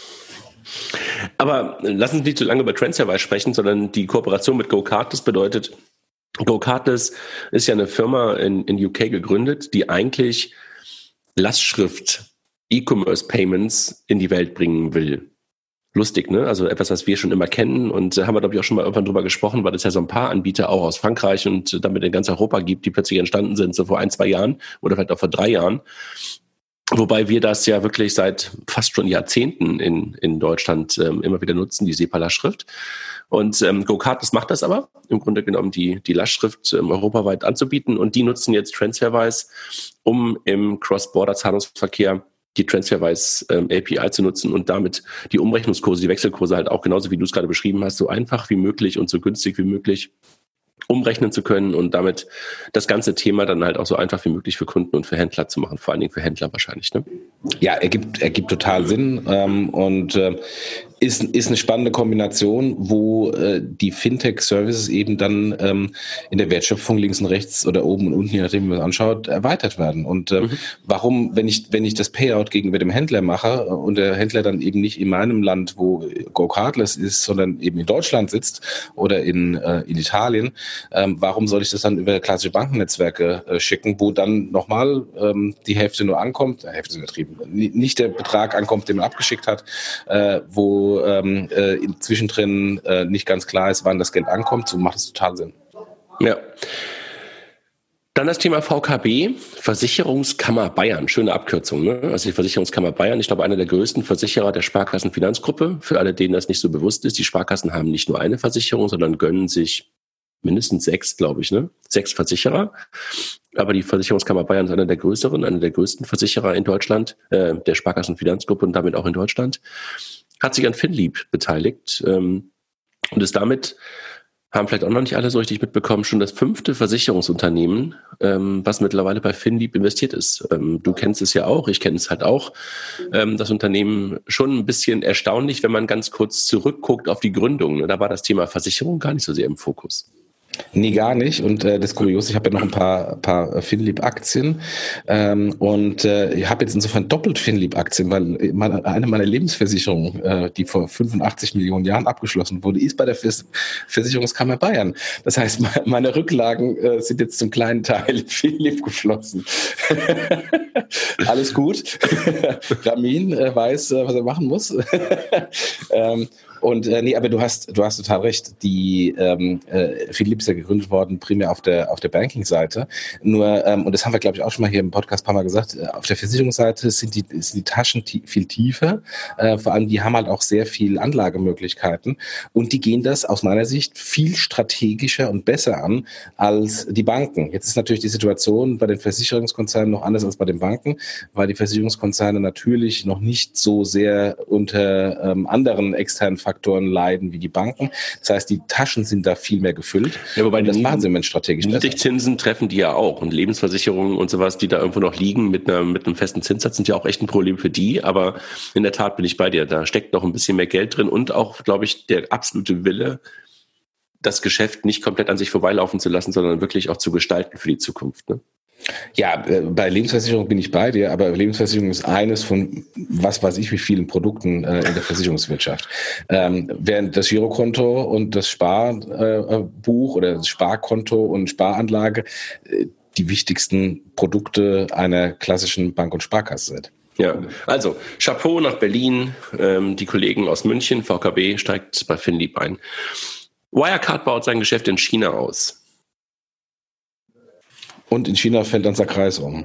Aber lass uns nicht zu lange über TransferWise sprechen, sondern die Kooperation mit Go Cardless bedeutet, Go Cardless ist ja eine Firma in, in U K gegründet, die eigentlich Lastschrift E-Commerce Payments in die Welt bringen will. Lustig, ne? Also etwas, was wir schon immer kennen und äh, haben wir, glaube ich, auch schon mal irgendwann drüber gesprochen, weil es ja so ein paar Anbieter auch aus Frankreich und äh, damit in ganz Europa gibt, die plötzlich entstanden sind, so vor ein, zwei Jahren oder vielleicht auch vor drei Jahren. Wobei wir das ja wirklich seit fast schon Jahrzehnten in, in Deutschland ähm, immer wieder nutzen, die SEPA-Lastschrift. Und ähm, Go Cardless macht das aber, im Grunde genommen die, die Lastschrift ähm, europaweit anzubieten. Und die nutzen jetzt TransferWise, um im Cross-Border-Zahlungsverkehr die TransferWise ähm, A P I zu nutzen und damit die Umrechnungskurse, die Wechselkurse halt auch genauso wie du es gerade beschrieben hast, so einfach wie möglich und so günstig wie möglich umrechnen zu können und damit das ganze Thema dann halt auch so einfach wie möglich für Kunden und für Händler zu machen, vor allen Dingen für Händler wahrscheinlich, ne? Ja, ergibt, ergibt total Sinn ähm, und äh, ist, ist eine spannende Kombination, wo äh, die Fintech-Services eben dann ähm, in der Wertschöpfung links und rechts oder oben und unten, je nachdem, wie man es anschaut, erweitert werden. Und äh, mhm. warum, wenn ich wenn ich das Payout gegenüber dem Händler mache und der Händler dann eben nicht in meinem Land, wo Go Cardless ist, sondern eben in Deutschland sitzt oder in, äh, in Italien, ähm, warum soll ich das dann über klassische Bankennetzwerke äh, schicken, wo dann nochmal ähm, die Hälfte nur ankommt, äh, Hälfte ist übertrieben, nicht der Betrag ankommt, den man abgeschickt hat, äh, wo ähm, äh, zwischendrin äh, nicht ganz klar ist, wann das Geld ankommt, so macht es total Sinn. Ja. Dann das Thema V K B, Versicherungskammer Bayern, schöne Abkürzung, ne? Also die Versicherungskammer Bayern, ich glaube, einer der größten Versicherer der Sparkassenfinanzgruppe. Für alle, denen das nicht so bewusst ist, die Sparkassen haben nicht nur eine Versicherung, sondern gönnen sich mindestens sechs, glaube ich, ne? Sechs Versicherer. Aber die Versicherungskammer Bayern ist einer der größeren, einer der größten Versicherer in Deutschland, äh, der Sparkassenfinanzgruppe und damit auch in Deutschland. Hat sich an FinLeap beteiligt ähm, und ist damit, haben vielleicht auch noch nicht alle so richtig mitbekommen, schon das fünfte Versicherungsunternehmen, ähm, was mittlerweile bei FinLeap investiert ist. Ähm, du kennst es ja auch, ich kenne es halt auch. Ähm, das Unternehmen schon ein bisschen erstaunlich, wenn man ganz kurz zurückguckt auf die Gründung. Da war das Thema Versicherung gar nicht so sehr im Fokus. Nee, gar nicht. Und äh, das Kuriose, ich habe ja noch ein paar, paar FinLeap-Aktien ähm, und äh, ich habe jetzt insofern doppelt FinLeap-Aktien, weil meine, eine meiner Lebensversicherungen, äh, die vor fünfundachtzig Millionen Jahren abgeschlossen wurde, ist bei der Vers- Versicherungskammer Bayern. Das heißt, meine Rücklagen äh, sind jetzt zum kleinen Teil in FinLeap geflossen. Alles gut. Ramin äh, weiß, äh, was er machen muss. ähm, Und äh, nee, aber du hast, du hast total recht. Die ähm, äh, Philipp ist ja gegründet worden, primär auf der auf der Banking-Seite. Nur, ähm, und das haben wir, glaube ich, auch schon mal hier im Podcast ein paar Mal gesagt, äh, auf der Versicherungsseite sind die, sind die Taschen tie- viel tiefer. Äh, vor allem, die haben halt auch sehr viel Anlagemöglichkeiten. Und die gehen das aus meiner Sicht viel strategischer und besser an als die Banken. Jetzt ist natürlich die Situation bei den Versicherungskonzernen noch anders als bei den Banken, weil die Versicherungskonzerne natürlich noch nicht so sehr unter ähm, anderen externen Faktoren leiden wie die Banken. Das heißt, die Taschen sind da viel mehr gefüllt. Ja, wobei und das die machen sie im Moment strategisch besser. Niedrigzinsen treffen die ja auch. Und Lebensversicherungen und sowas, die da irgendwo noch liegen mit, einer, mit einem festen Zinssatz, sind ja auch echt ein Problem für die. Aber in der Tat bin ich bei dir. Da steckt noch ein bisschen mehr Geld drin und auch, glaube ich, der absolute Wille, das Geschäft nicht komplett an sich vorbeilaufen zu lassen, sondern wirklich auch zu gestalten für die Zukunft. Ne? Ja, bei Lebensversicherung bin ich bei dir, aber Lebensversicherung ist eines von was weiß ich wie vielen Produkten äh, in der Versicherungswirtschaft. Ähm, während das Girokonto und das Sparbuch äh, oder das Sparkonto und Sparanlage äh, die wichtigsten Produkte einer klassischen Bank- und Sparkasse sind. Ja, also Chapeau nach Berlin, ähm, die Kollegen aus München, V K B steigt bei Finlieb ein. Wirecard baut sein Geschäft in China aus. Und in China fällt dann der Kreis um.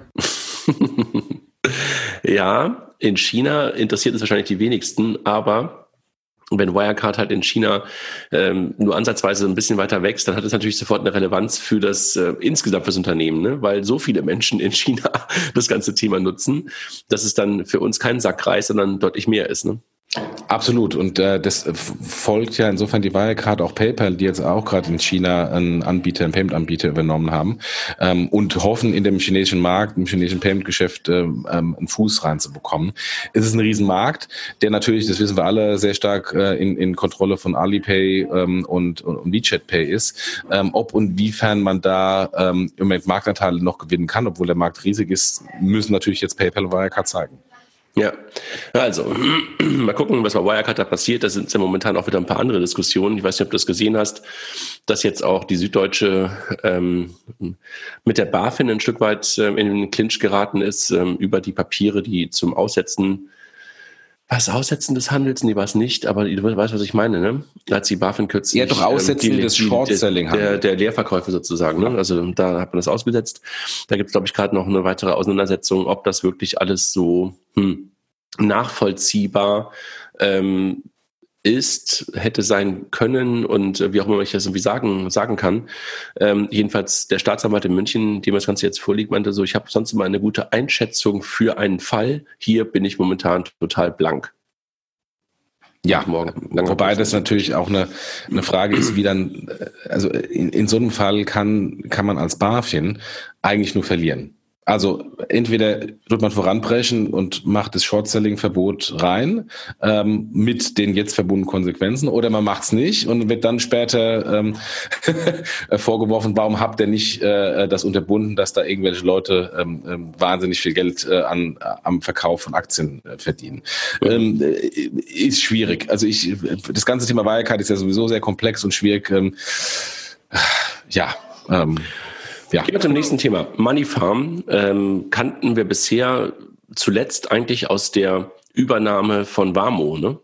Ja, in China interessiert es wahrscheinlich die wenigsten, aber wenn Wirecard halt in China ähm, nur ansatzweise ein bisschen weiter wächst, dann hat es natürlich sofort eine Relevanz für das äh, insgesamt fürs Unternehmen, ne? Weil so viele Menschen in China das ganze Thema nutzen, dass es dann für uns kein Sackreis, sondern deutlich mehr ist. Ne? Absolut. Und äh, das folgt ja insofern die Wirecard auch PayPal, die jetzt auch gerade in China einen Anbieter, einen Payment-Anbieter übernommen haben ähm, und hoffen, in dem chinesischen Markt, im chinesischen Payment-Geschäft ähm, einen Fuß reinzubekommen. Es ist ein Riesenmarkt, der natürlich, das wissen wir alle, sehr stark äh, in, in Kontrolle von Alipay ähm, und, und, und WeChat Pay ist. Ähm, ob und wiefern man da ähm, im Moment Marktanteile noch gewinnen kann, obwohl der Markt riesig ist, müssen natürlich jetzt PayPal und Wirecard zeigen. Ja, also mal gucken, was bei Wirecard da passiert. Da sind ja momentan auch wieder ein paar andere Diskussionen. Ich weiß nicht, ob du das gesehen hast, dass jetzt auch die Süddeutsche ähm, mit der BaFin ein Stück weit ähm, in den Clinch geraten ist ähm, über die Papiere, die zum Aussetzen, was, Aussetzen des Handels? Nee, war es nicht, aber du weißt, was ich meine, ne? Da hat die BaFin kürzlich... Ja, doch Aussetzen ähm, die, des Short-Selling der, der, der Leerverkäufe sozusagen, ne? Also da hat man das ausgesetzt. Da gibt es, glaube ich, gerade noch eine weitere Auseinandersetzung, ob das wirklich alles so hm, nachvollziehbar ähm, ist, hätte sein können und äh, wie auch immer ich das irgendwie sagen, sagen kann. Ähm, jedenfalls der Staatsanwalt in München, dem das Ganze jetzt vorliegt, meinte so, ich habe sonst immer eine gute Einschätzung für einen Fall. Hier bin ich momentan total blank. Ja, wobei das natürlich auch eine, eine Frage ist, wie dann, also in, in so einem Fall kann, kann man als BaFin eigentlich nur verlieren. Also entweder wird man voranbrechen und macht das Short-Selling-Verbot rein ähm, mit den jetzt verbundenen Konsequenzen, oder man macht es nicht und wird dann später ähm, vorgeworfen, warum habt ihr nicht äh, das unterbunden, dass da irgendwelche Leute ähm, ähm, wahnsinnig viel Geld äh, an, am Verkauf von Aktien äh, verdienen. Mhm. Ähm, ist schwierig. Also ich, das ganze Thema Wirecard ist ja sowieso sehr komplex und schwierig. Ähm, ja, ähm, Ja. Gehen wir zum nächsten Thema. Moneyfarm ähm, kannten wir bisher zuletzt eigentlich aus der Übernahme von Vamo, ne?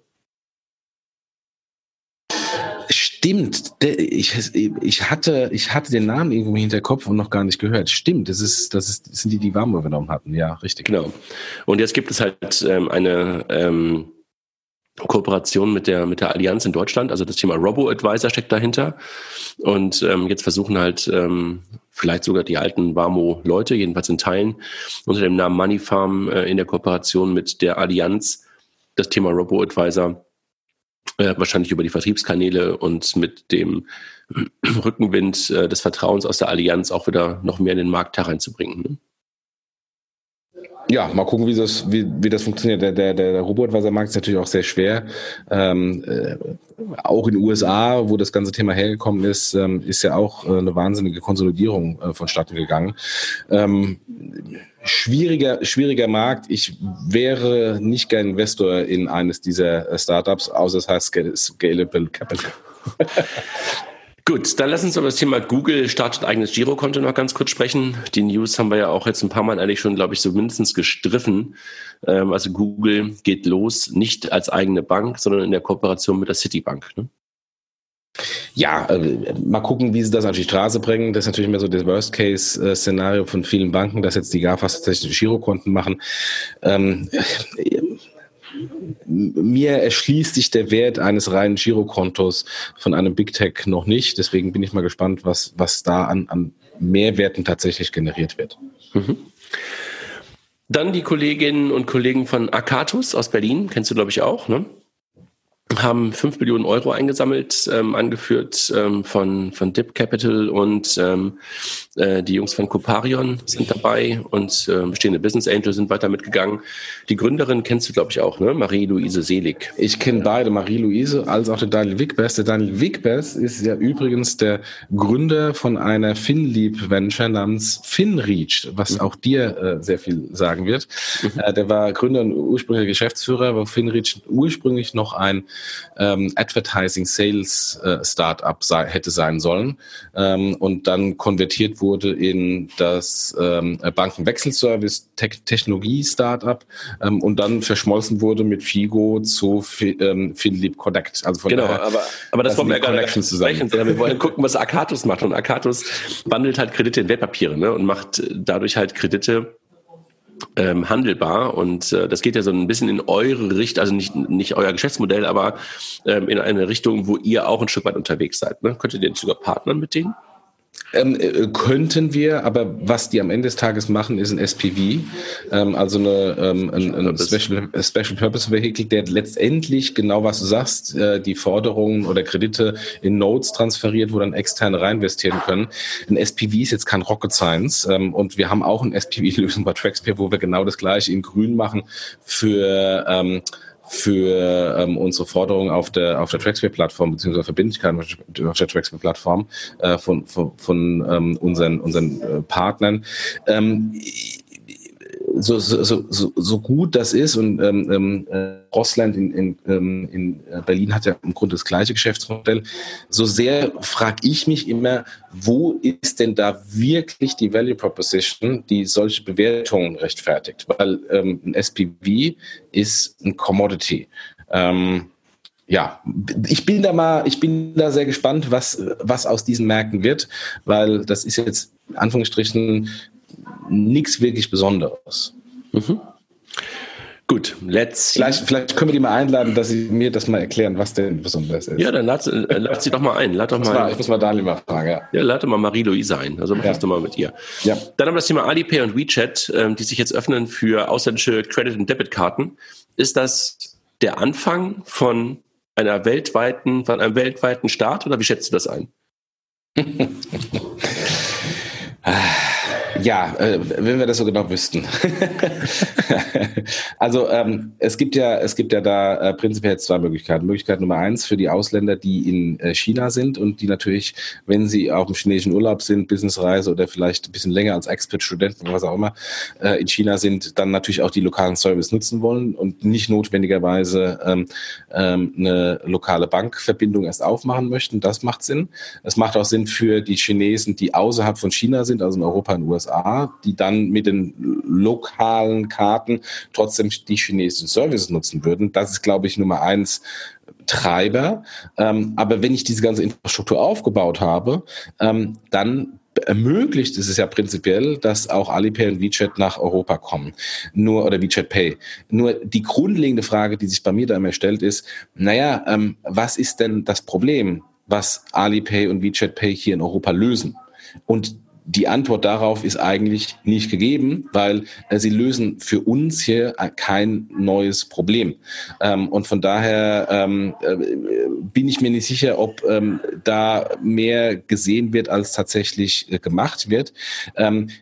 Stimmt. Ich, ich, hatte, ich hatte den Namen irgendwo im Hinterkopf und noch gar nicht gehört. Stimmt, das ist, das ist, das sind die, die Vamo übernommen hatten. Ja, richtig. Genau. Und jetzt gibt es halt ähm, eine ähm, Kooperation mit der mit der Allianz in Deutschland, also das Thema Robo-Advisor steckt dahinter und ähm, jetzt versuchen halt ähm, vielleicht sogar die alten Vamo-Leute, jedenfalls in Teilen, unter dem Namen Moneyfarm äh, in der Kooperation mit der Allianz das Thema Robo-Advisor äh, wahrscheinlich über die Vertriebskanäle und mit dem Rückenwind äh, des Vertrauens aus der Allianz auch wieder noch mehr in den Markt hereinzubringen, ne? Ja, mal gucken, wie das, wie, wie das funktioniert. Der, der, der Robo-Advisor-Markt ist natürlich auch sehr schwer. Ähm, äh, auch in den U S A, wo das ganze Thema hergekommen ist, ähm, ist ja auch äh, eine wahnsinnige Konsolidierung äh, vonstatten gegangen. Ähm, schwieriger, schwieriger Markt. Ich wäre nicht gern Investor in eines dieser Startups, außer es heißt Scalable Capital. Gut, dann lass uns über das Thema Google startet eigenes Girokonto noch ganz kurz sprechen. Die News haben wir ja auch jetzt ein paar Mal eigentlich schon, glaube ich, so mindestens gestriffen. Ähm, also Google geht los, nicht als eigene Bank, sondern in der Kooperation mit der Citibank. Ne? Ja, äh, mal gucken, wie sie das auf die Straße bringen. Das ist natürlich mehr so das Worst-Case-Szenario von vielen Banken, dass jetzt die GAFAs tatsächlich Girokonten machen. Ähm, Mir erschließt sich der Wert eines reinen Girokontos von einem Big Tech noch nicht. Deswegen bin ich mal gespannt, was, was da an, an Mehrwerten tatsächlich generiert wird. Mhm. Dann die Kolleginnen und Kollegen von Akatus aus Berlin, kennst du, glaube ich, auch, ne? Haben fünf Millionen Euro eingesammelt, ähm, angeführt ähm, von, von Dip Capital und ähm, äh, die Jungs von Coparion sind dabei und äh, bestehende Business Angels sind weiter mitgegangen. Die Gründerin kennst du, glaube ich, auch, ne? Marie-Louise Selig. Ich kenne beide, Marie-Louise als auch der Daniel Wigbers. Der Daniel Wigbers ist ja übrigens der Gründer von einer FinLeap-Venture namens FinReach, was auch dir äh, sehr viel sagen wird. Mhm. Äh, der war Gründer und ursprünglicher Geschäftsführer, wo FinReach ursprünglich noch ein Ähm, Advertising Sales äh, Startup sei, hätte sein sollen ähm, und dann konvertiert wurde in das ähm, Bankenwechselservice Te- Technologie Startup ähm, und dann verschmolzen wurde mit Figo zu Fi- ähm, FinLeap Connect. Also von genau, daher, aber, aber das wollen wir ja gar nicht sprechen. Wir wollen gucken, was Akatus macht und Akatus wandelt halt Kredite in Wertpapiere, ne, und macht dadurch halt Kredite Ähm, handelbar und äh, das geht ja so ein bisschen in eure Richtung, also nicht nicht euer Geschäftsmodell, aber ähm, in eine Richtung, wo ihr auch ein Stück weit unterwegs seid. Ne? Könntet ihr sogar partnern mit denen? Ähm, äh, könnten wir, aber was die am Ende des Tages machen, ist ein S P V, ähm, also eine, ähm, ein, ein Special, Special Purpose Vehicle, der letztendlich genau was du sagst, äh, die Forderungen oder Kredite in Nodes transferiert, wo dann Externe reinvestieren können. Ein S P V ist jetzt kein Rocket Science ähm, und wir haben auch eine S P V-Lösung bei Traxpair, wo wir genau das Gleiche in Grün machen für ähm, für ähm, unsere Forderungen auf der auf der Traxpair-Plattform beziehungsweise Verbindlichkeiten auf der Traxpair-Plattform äh, von von, von ähm, unseren unseren äh, Partnern. Ähm, so, so, so, so gut das ist und ähm, äh, Rossland in, in, ähm, in Berlin hat ja im Grunde das gleiche Geschäftsmodell. So sehr frage ich mich immer, wo ist denn da wirklich die Value Proposition, die solche Bewertungen rechtfertigt? Weil ähm, ein S P V ist ein Commodity. Ähm, ja, ich bin da mal, ich bin da sehr gespannt, was, was aus diesen Märkten wird, weil das ist jetzt in Anführungsstrichen nichts wirklich Besonderes. Mhm. Gut, let's. Vielleicht, vielleicht können wir die mal einladen, dass sie mir das mal erklären, was denn besonders ist. Ja, dann lad, äh, lad sie doch mal ein. Lad doch mal, mal, ich muss mal Daniel mal fragen. Ja, ja lad doch mal Marie-Louise ein. Also mach ja. das doch mal mit ihr. Ja. Dann haben wir das Thema Alipay und WeChat, ähm, die sich jetzt öffnen für ausländische Credit- und Debitkarten. Ist das der Anfang von einer weltweiten, von einem weltweiten Start oder wie schätzt du das ein? Ja, äh, wenn wir das so genau wüssten. Also ähm, es gibt ja, es gibt ja da äh, prinzipiell zwei Möglichkeiten. Möglichkeit Nummer eins für die Ausländer, die in äh, China sind und die natürlich, wenn sie auf dem chinesischen Urlaub sind, Businessreise oder vielleicht ein bisschen länger als Expert, Studenten, was auch immer, äh, in China sind, dann natürlich auch die lokalen Service nutzen wollen und nicht notwendigerweise ähm, ähm, eine lokale Bankverbindung erst aufmachen möchten. Das macht Sinn. Es macht auch Sinn für die Chinesen, die außerhalb von China sind, also in Europa und U S A, die dann mit den lokalen Karten trotzdem die chinesischen Services nutzen würden. Das ist, glaube ich, Nummer eins Treiber. Ähm, aber wenn ich diese ganze Infrastruktur aufgebaut habe, ähm, dann ermöglicht es ja prinzipiell, dass auch Alipay und WeChat nach Europa kommen. Nur, oder WeChat Pay. Nur die grundlegende Frage, die sich bei mir da immer stellt, ist, naja, ähm, was ist denn das Problem, was Alipay und WeChat Pay hier in Europa lösen? Und die Antwort darauf ist eigentlich nicht gegeben, weil äh, sie lösen für uns hier kein neues Problem. Ähm, und von daher ähm, äh, bin ich mir nicht sicher, ob ähm, da mehr gesehen wird, als tatsächlich äh, gemacht wird. Ähm,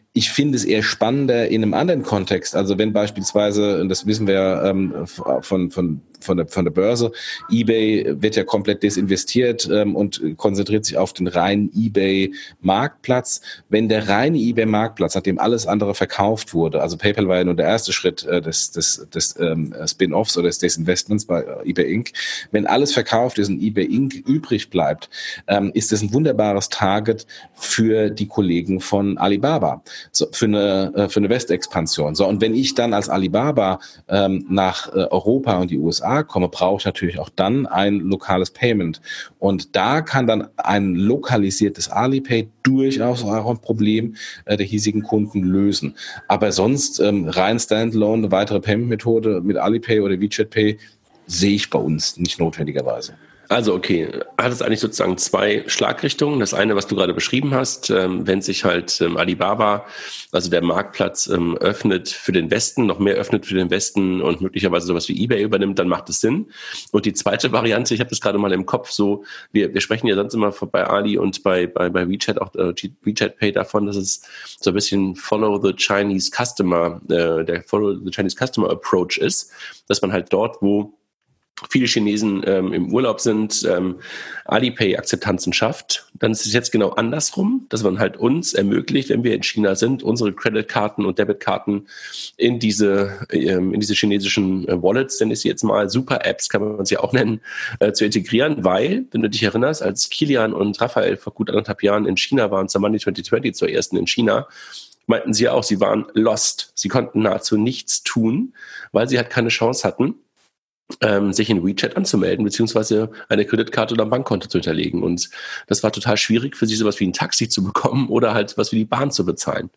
ich finde es eher spannender in einem anderen Kontext. Also wenn beispielsweise, und das wissen wir ja ähm, von, von, von, der, von der Börse, eBay wird ja komplett desinvestiert ähm, und konzentriert sich auf den reinen eBay-Marktplatz. Wenn der reine eBay-Marktplatz, nachdem alles andere verkauft wurde, also PayPal war ja nur der erste Schritt äh, des, des, des ähm, Spin-Offs oder des Desinvestments bei eBay Incorporated. Wenn alles verkauft ist und eBay Incorporated übrig bleibt, ähm, ist das ein wunderbares Target für die Kollegen von Alibaba. So, für eine für eine Westexpansion. So, und wenn ich dann als Alibaba ähm, nach äh, Europa und die U S A komme, brauche ich natürlich auch dann ein lokales Payment. Und da kann dann ein lokalisiertes Alipay durchaus auch ein Problem äh, der hiesigen Kunden lösen. Aber sonst ähm, rein Standalone eine weitere Payment-Methode mit Alipay oder WeChat Pay sehe ich bei uns nicht notwendigerweise. Also okay, hat es eigentlich sozusagen zwei Schlagrichtungen. Das eine, was du gerade beschrieben hast, ähm, wenn sich halt ähm, Alibaba, also der Marktplatz, ähm, öffnet für den Westen, noch mehr öffnet für den Westen und möglicherweise sowas wie eBay übernimmt, dann macht es Sinn. Und die zweite Variante, ich habe das gerade mal im Kopf, so wir wir sprechen ja sonst immer bei Ali und bei bei bei WeChat auch äh, WeChat Pay davon, dass es so ein bisschen Follow the Chinese Customer, äh, der Follow the Chinese Customer Approach ist, dass man halt dort, wo viele Chinesen ähm, im Urlaub sind, ähm, Alipay-Akzeptanzen schafft, dann ist es jetzt genau andersrum, dass man halt uns ermöglicht, wenn wir in China sind, unsere Creditkarten und Debitkarten in diese ähm, in diese chinesischen äh, Wallets, denn ist jetzt mal Super-Apps, kann man sie auch nennen, äh, zu integrieren, weil, wenn du dich erinnerst, als Kilian und Raphael vor gut anderthalb Jahren in China waren, zur Money zwanzig zwanzig, zur ersten in China, meinten sie auch, sie waren lost. Sie konnten nahezu nichts tun, weil sie halt keine Chance hatten, Ähm, sich in WeChat anzumelden, beziehungsweise eine Kreditkarte oder ein Bankkonto zu hinterlegen. Und das war total schwierig für sie, sowas wie ein Taxi zu bekommen oder halt was wie die Bahn zu bezahlen.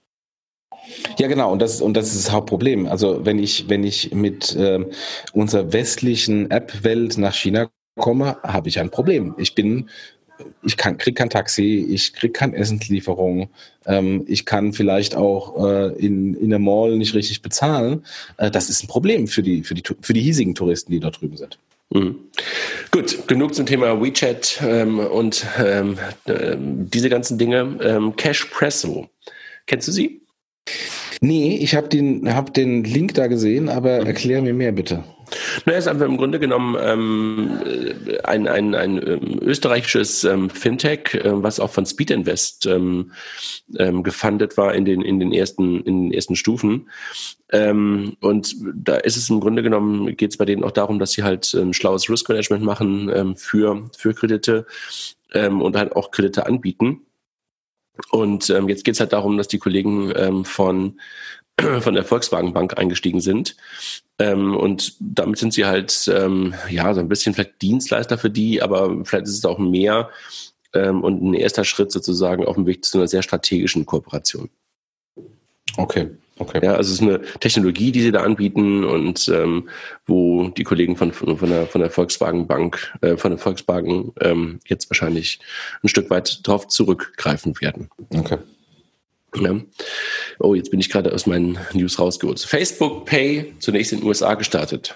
Ja, genau. Und das, und das ist das Hauptproblem. Also wenn ich, wenn ich mit ähm, unserer westlichen App-Welt nach China komme, habe ich ein Problem. Ich bin Ich kann, krieg kein Taxi, ich krieg keine Essenslieferung, ähm, ich kann vielleicht auch äh, in, in der Mall nicht richtig bezahlen. Äh, das ist ein Problem für die, für die, für die hiesigen Touristen, die dort drüben sind. Mhm. Gut, genug zum Thema WeChat ähm, und ähm, äh, diese ganzen Dinge. Ähm, Cashpresso, kennst du sie? Nee, ich habe den, hab den Link da gesehen, aber mhm. erklär mir mehr bitte. Na, er ist einfach im Grunde genommen ähm, ein, ein, ein ähm, österreichisches ähm, Fintech, äh, was auch von Speed Invest ähm, ähm, gefundet war in den in den ersten in den ersten Stufen. Ähm, und da ist es im Grunde genommen, geht es bei denen auch darum, dass sie halt ähm, schlaues Risk Management machen ähm, für für Kredite ähm, und halt auch Kredite anbieten. Und ähm, jetzt geht es halt darum, dass die Kollegen ähm, von von der Volkswagen Bank eingestiegen sind. Ähm, und damit sind sie halt, ähm, ja, so ein bisschen vielleicht Dienstleister für die, aber vielleicht ist es auch mehr ähm, und ein erster Schritt sozusagen auf dem Weg zu einer sehr strategischen Kooperation. Okay, okay. Ja, also es ist eine Technologie, die sie da anbieten und ähm, wo die Kollegen von, von, von, der, von der Volkswagen Bank, äh, von der Volkswagen ähm, jetzt wahrscheinlich ein Stück weit drauf zurückgreifen werden. Okay. Ja. Oh, jetzt bin ich gerade aus meinen News rausgeholt. Facebook Pay zunächst in den U S A gestartet.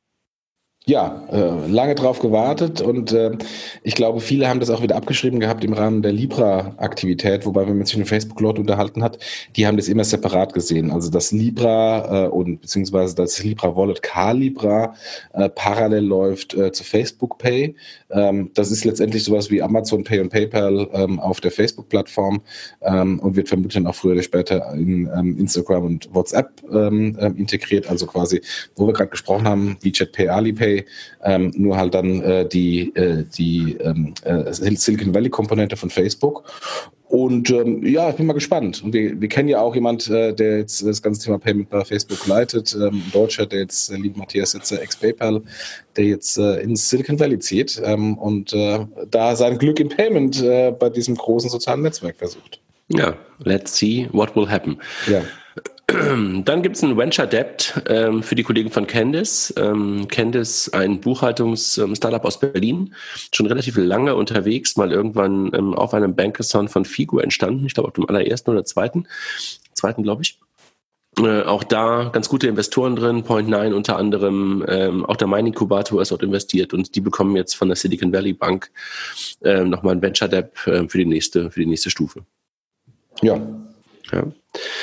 Ja, äh, lange drauf gewartet und äh, ich glaube, viele haben das auch wieder abgeschrieben gehabt im Rahmen der Libra-Aktivität, wobei, wenn man sich mit Facebook-Leuten unterhalten hat, die haben das immer separat gesehen. Also das Libra äh, und beziehungsweise das Libra-Wallet Calibra äh, parallel läuft äh, zu Facebook Pay. Ähm, das ist letztendlich sowas wie Amazon Pay und PayPal ähm, auf der Facebook-Plattform ähm, und wird vermutlich dann auch früher oder später in ähm, Instagram und WhatsApp ähm, äh, integriert. Also quasi, wo wir gerade gesprochen haben, WeChat Pay, Alipay, Ähm, nur halt dann äh, die, äh, die ähm, äh, Silicon Valley-Komponente von Facebook. Und ähm, ja, ich bin mal gespannt. Und wir, wir kennen ja auch jemand, äh, der jetzt das ganze Thema Payment bei Facebook leitet, ähm, ein Deutscher, der jetzt, der liebe Matthias Sitzer, ex-PayPal, der jetzt äh, ins Silicon Valley zieht ähm, und äh, da sein Glück im Payment äh, bei diesem großen sozialen Netzwerk versucht. Ja, let's see what will happen. Ja. Dann gibt es ein Venture Debt ähm, für die Kollegen von Candice. Ähm, Candice, ein Buchhaltungs-Startup aus Berlin, schon relativ lange unterwegs, mal irgendwann ähm, auf einem Bankathon von Figo entstanden. Ich glaube, auf dem allerersten oder zweiten. Zweiten, glaube ich. Äh, auch da ganz gute Investoren drin, Point Nine unter anderem, ähm, auch der Mining Inkubator ist dort investiert und die bekommen jetzt von der Silicon Valley Bank äh, nochmal ein Venture Debt äh, für die nächste, für die nächste Stufe. Ja. Ja.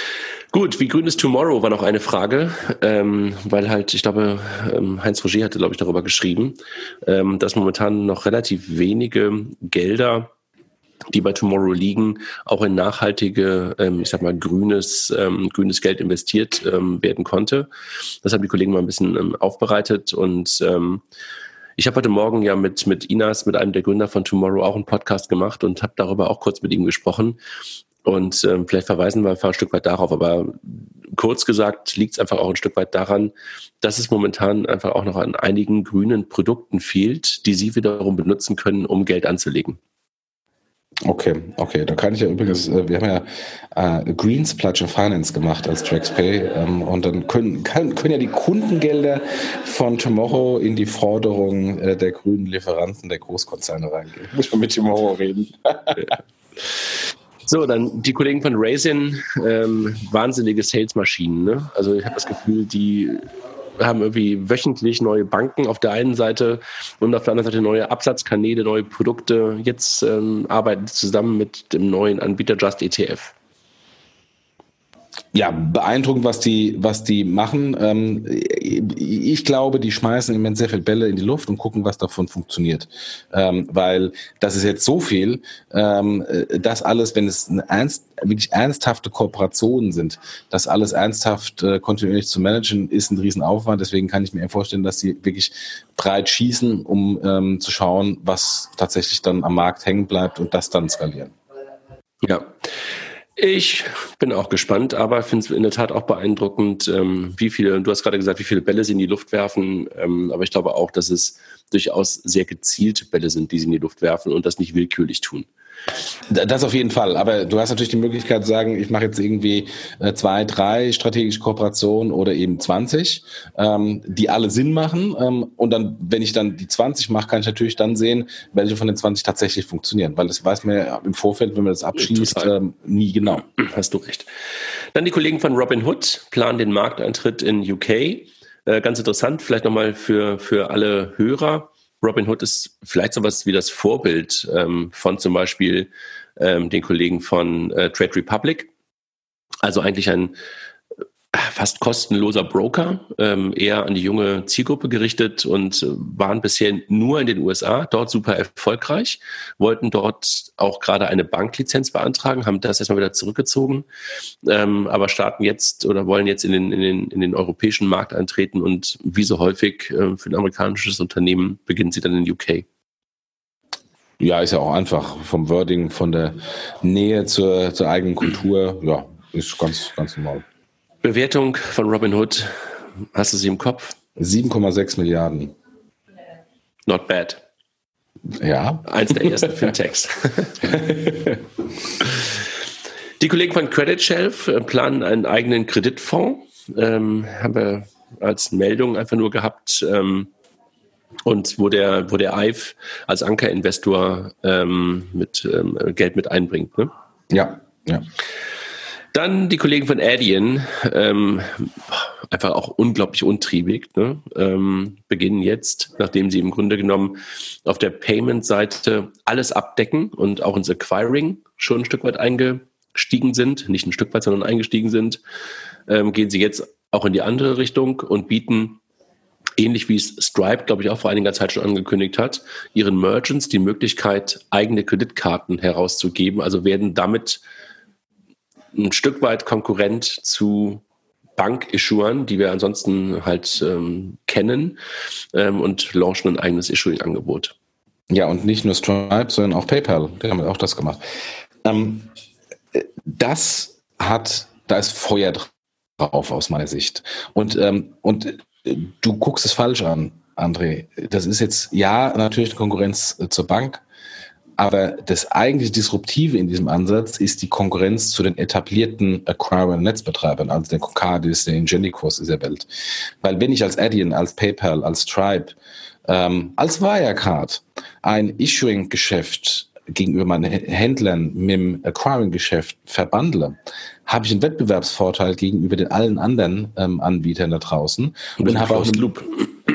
Gut, wie grün ist Tomorrow war noch eine Frage, ähm, weil halt, ich glaube, ähm, Heinz Roger hatte, glaube ich, darüber geschrieben, ähm, dass momentan noch relativ wenige Gelder, die bei Tomorrow liegen, auch in nachhaltige, ähm, ich sag mal, grünes, ähm, grünes Geld investiert ähm, werden konnte. Das haben die Kollegen mal ein bisschen ähm, aufbereitet und ähm, ich habe heute Morgen ja mit, mit Inas, mit einem der Gründer von Tomorrow, auch einen Podcast gemacht und habe darüber auch kurz mit ihm gesprochen. Und ähm, vielleicht verweisen wir einfach ein Stück weit darauf. Aber kurz gesagt liegt es einfach auch ein Stück weit daran, dass es momentan einfach auch noch an einigen grünen Produkten fehlt, die Sie wiederum benutzen können, um Geld anzulegen. Okay, okay. Da kann ich ja übrigens, wir haben ja äh, Green Splurge Finance gemacht als TraxPay ähm, und dann können, kann, können ja die Kundengelder von Tomorrow in die Forderung äh, der grünen Lieferanten der Großkonzerne reingehen. Muss man mit Tomorrow reden. So, dann die Kollegen von Raisin, ähm, wahnsinnige Salesmaschinen. Ne? Also ich habe das Gefühl, die haben irgendwie wöchentlich neue Banken auf der einen Seite und auf der anderen Seite neue Absatzkanäle, neue Produkte. Jetzt ähm, arbeiten sie zusammen mit dem neuen Anbieter Just E T F. Ja, beeindruckend, was die, was die machen. Ähm, ich glaube, die schmeißen im Moment sehr viele Bälle in die Luft und gucken, was davon funktioniert. Ähm, weil das ist jetzt so viel, ähm, das alles, wenn es eine ernst, wirklich ernsthafte Kooperationen sind, das alles ernsthaft äh, kontinuierlich zu managen, ist ein Riesenaufwand. Deswegen kann ich mir vorstellen, dass sie wirklich breit schießen, um ähm, zu schauen, was tatsächlich dann am Markt hängen bleibt und das dann skalieren. Ja. Ich bin auch gespannt, aber finde es in der Tat auch beeindruckend, ähm, wie viele, du hast gerade gesagt, wie viele Bälle sie in die Luft werfen, ähm, aber ich glaube auch, dass es durchaus sehr gezielte Bälle sind, die sie in die Luft werfen und das nicht willkürlich tun. Das auf jeden Fall, aber du hast natürlich die Möglichkeit zu sagen, ich mache jetzt irgendwie äh, zwei, drei strategische Kooperationen oder eben zwanzig, ähm, die alle Sinn machen ähm, und dann, wenn ich dann die zwanzig mache, kann ich natürlich dann sehen, welche von den zwanzig tatsächlich funktionieren, weil das weiß man ja im Vorfeld, wenn man das abschließt, ähm, nie genau. Hast du recht. Dann die Kollegen von Robinhood planen den Markteintritt in U K. Äh, ganz interessant, vielleicht nochmal für, für alle Hörer. Robinhood ist vielleicht sowas wie das Vorbild ähm, von zum Beispiel ähm, den Kollegen von äh, Trade Republic. Also eigentlich ein äh, fast kostenloser Broker, ähm, eher an die junge Zielgruppe gerichtet und äh, waren bisher nur in den U S A, dort super erfolgreich, wollten dort auch gerade eine Banklizenz beantragen, haben das erstmal wieder zurückgezogen, ähm, aber starten jetzt oder wollen jetzt in den, in den, in den europäischen Markt eintreten und wie so häufig äh, für ein amerikanisches Unternehmen beginnen sie dann in U K. Ja, ist ja auch einfach vom Wording, von der Nähe zur, zur eigenen Kultur, ja, ist ganz, ganz normal. Bewertung von Robinhood, hast du sie im Kopf? sieben Komma sechs Milliarden. Not bad. Ja. Eins der ersten Fintechs. Die Kollegen von Credit Shelf planen einen eigenen Kreditfonds. Ähm, haben wir als Meldung einfach nur gehabt. Ähm, und wo der, wo der I F als Ankerinvestor ähm, mit ähm, Geld mit einbringt. Ne? Ja, ja. Dann die Kollegen von Adyen, ähm, einfach auch unglaublich untriebig, ne? ähm, beginnen jetzt, nachdem sie im Grunde genommen auf der Payment-Seite alles abdecken und auch ins Acquiring schon ein Stück weit eingestiegen sind, nicht ein Stück weit, sondern eingestiegen sind, ähm, gehen sie jetzt auch in die andere Richtung und bieten, ähnlich wie es Stripe, glaube ich, auch vor einiger Zeit schon angekündigt hat, ihren Merchants die Möglichkeit, eigene Kreditkarten herauszugeben, also werden damit ein Stück weit Konkurrent zu Bank-Issuern, die wir ansonsten halt ähm, kennen, ähm, und launchen ein eigenes Issuing-Angebot. Ja, und nicht nur Stripe, sondern auch PayPal, die haben auch das gemacht. Ähm, das hat, da ist Feuer drauf aus meiner Sicht. Und, ähm, und du guckst es falsch an, André. Das ist jetzt, ja, natürlich eine Konkurrenz äh, zur Bank, aber das eigentlich Disruptive in diesem Ansatz ist die Konkurrenz zu den etablierten Acquirer-Netzbetreibern, also den Cardis, den Ingenicos dieser Welt. Weil wenn ich als Adyen, als PayPal, als Stripe, ähm, als Wirecard ein Issuing-Geschäft gegenüber meinen Händlern mit dem Acquiring-Geschäft verbandle, habe ich einen Wettbewerbsvorteil gegenüber den allen anderen ähm, Anbietern da draußen. Und, und habe auch einen Loop.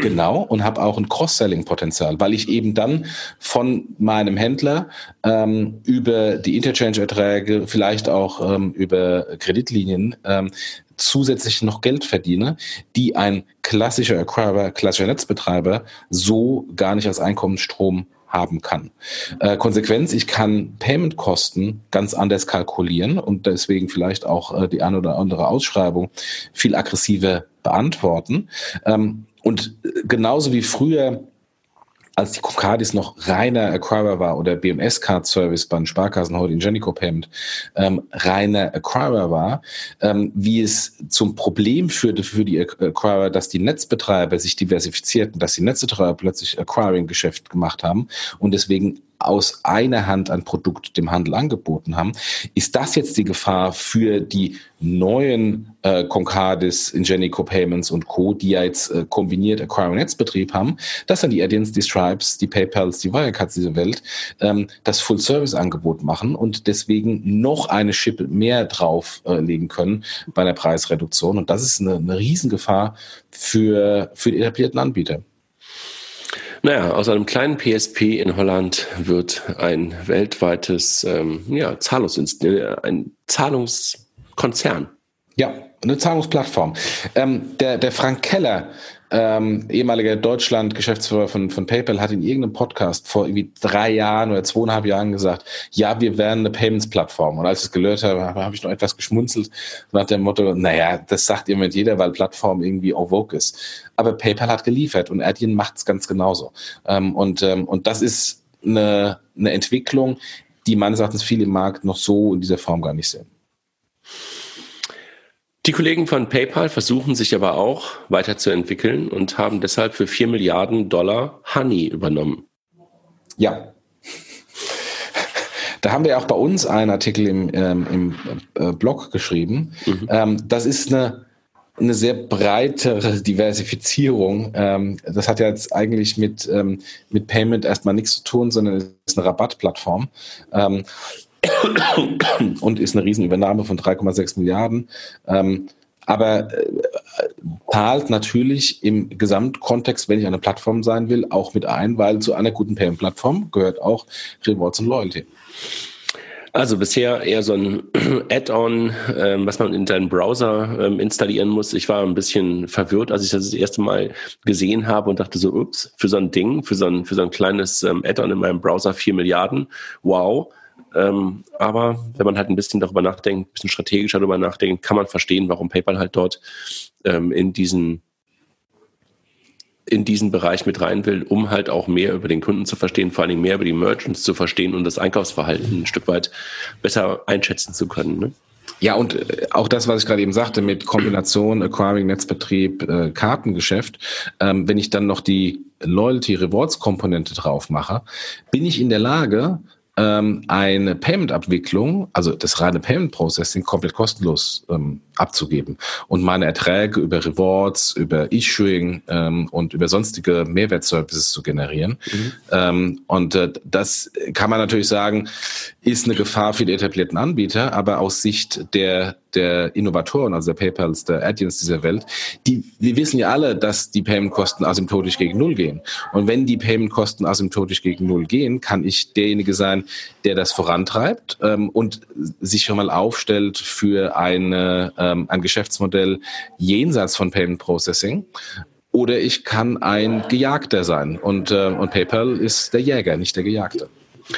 Genau, und habe auch ein Cross-Selling-Potenzial, weil ich eben dann von meinem Händler ähm, über die Interchange-Erträge, vielleicht auch ähm, über Kreditlinien ähm, zusätzlich noch Geld verdiene, die ein klassischer Acquirer, klassischer Netzbetreiber so gar nicht als Einkommensstrom haben kann. Äh, Konsequenz, ich kann Payment-Kosten ganz anders kalkulieren und deswegen vielleicht auch äh, die eine oder andere Ausschreibung viel aggressiver beantworten. Ähm, und genauso wie früher, als die Concardis noch reiner Acquirer war oder B M S Card Service bei den Sparkassen, heute Ingenico Payment, ähm, reiner Acquirer war, ähm, wie es zum Problem führte für die Acquirer, dass die Netzbetreiber sich diversifizierten, dass die Netzbetreiber plötzlich Acquiring-Geschäft gemacht haben und deswegen aus einer Hand ein Produkt dem Handel angeboten haben. Ist das jetzt die Gefahr für die neuen äh, Concardis, Ingenico Payments und Co., die ja jetzt äh, kombiniert Acquiring-Netzbetrieb haben, dass dann die Adyen's, die Stripes, die PayPals, die Wirecards dieser Welt ähm, das Full-Service-Angebot machen und deswegen noch eine Schippe mehr drauflegen äh, können bei der Preisreduktion. Und das ist eine, eine Riesengefahr für, für die etablierten Anbieter. Naja, aus einem kleinen P S P in Holland wird ein weltweites ähm, ja, Zahlungs- ein Zahlungskonzern. Ja, eine Zahlungsplattform. Ähm, der, der Frank Keller, ähm, ehemaliger Deutschland-Geschäftsführer von, von PayPal, hat in irgendeinem Podcast vor irgendwie drei Jahren oder zweieinhalb Jahren gesagt, ja, wir wären eine Payments-Plattform. Und als ich es gehört habe, habe ich noch etwas geschmunzelt nach dem Motto, naja, das sagt im Moment jeder, weil Plattform irgendwie en vogue ist. Aber PayPal hat geliefert und Adyen macht es ganz genauso. Ähm, und, ähm, und das ist eine, eine Entwicklung, die meines Erachtens viele im Markt noch so in dieser Form gar nicht sehen. Die Kollegen von PayPal versuchen sich aber auch weiterzuentwickeln und haben deshalb für vier Milliarden Dollar Honey übernommen. Ja. Da haben wir auch bei uns einen Artikel im, ähm, im äh, Blog geschrieben. Mhm. Ähm, das ist eine, eine sehr breitere Diversifizierung. Ähm, das hat ja jetzt eigentlich mit, ähm, mit Payment erstmal nichts zu tun, sondern ist eine Rabattplattform. Ähm, und ist eine Riesenübernahme von drei Komma sechs Milliarden. Ähm, aber äh, zahlt natürlich im Gesamtkontext, wenn ich eine Plattform sein will, auch mit ein, weil zu einer guten Payment-Plattform gehört auch Rewards und Loyalty. Also bisher eher so ein Add-on, ähm, was man in deinen Browser ähm, installieren muss. Ich war ein bisschen verwirrt, als ich das das erste Mal gesehen habe und dachte so, ups, für so ein Ding, für so ein, für so ein kleines ähm, Add-on in meinem Browser vier Milliarden, wow. Ähm, aber wenn man halt ein bisschen darüber nachdenkt, ein bisschen strategischer darüber nachdenkt, kann man verstehen, warum PayPal halt dort ähm, in diesen in diesen Bereich mit rein will, um halt auch mehr über den Kunden zu verstehen, vor allen Dingen mehr über die Merchants zu verstehen und das Einkaufsverhalten ein Stück weit besser einschätzen zu können. Ne? Ja, und auch das, was ich gerade eben sagte, mit Kombination, Acquiring, Netzbetrieb, äh, Kartengeschäft, ähm, wenn ich dann noch die Loyalty-Rewards-Komponente drauf mache, bin ich in der Lage, ähm, eine Payment-Abwicklung, also das reine Payment-Processing, komplett kostenlos ähm, abzugeben und meine Erträge über Rewards, über Issuing ähm, und über sonstige Mehrwertservices zu generieren. Mhm. Ähm, und äh, das kann man natürlich sagen, ist eine Gefahr für die etablierten Anbieter, aber aus Sicht der der Innovatoren, also der PayPals, der Adyens dieser Welt, die, wir wissen ja alle, dass die Paymentkosten asymptotisch gegen Null gehen. Und wenn die Paymentkosten asymptotisch gegen Null gehen, kann ich derjenige sein, der das vorantreibt ähm, und sich schon mal aufstellt für eine, ähm, ein Geschäftsmodell jenseits von Payment Processing. Oder ich kann ein Gejagter sein. Und, äh, und PayPal ist der Jäger, nicht der Gejagte.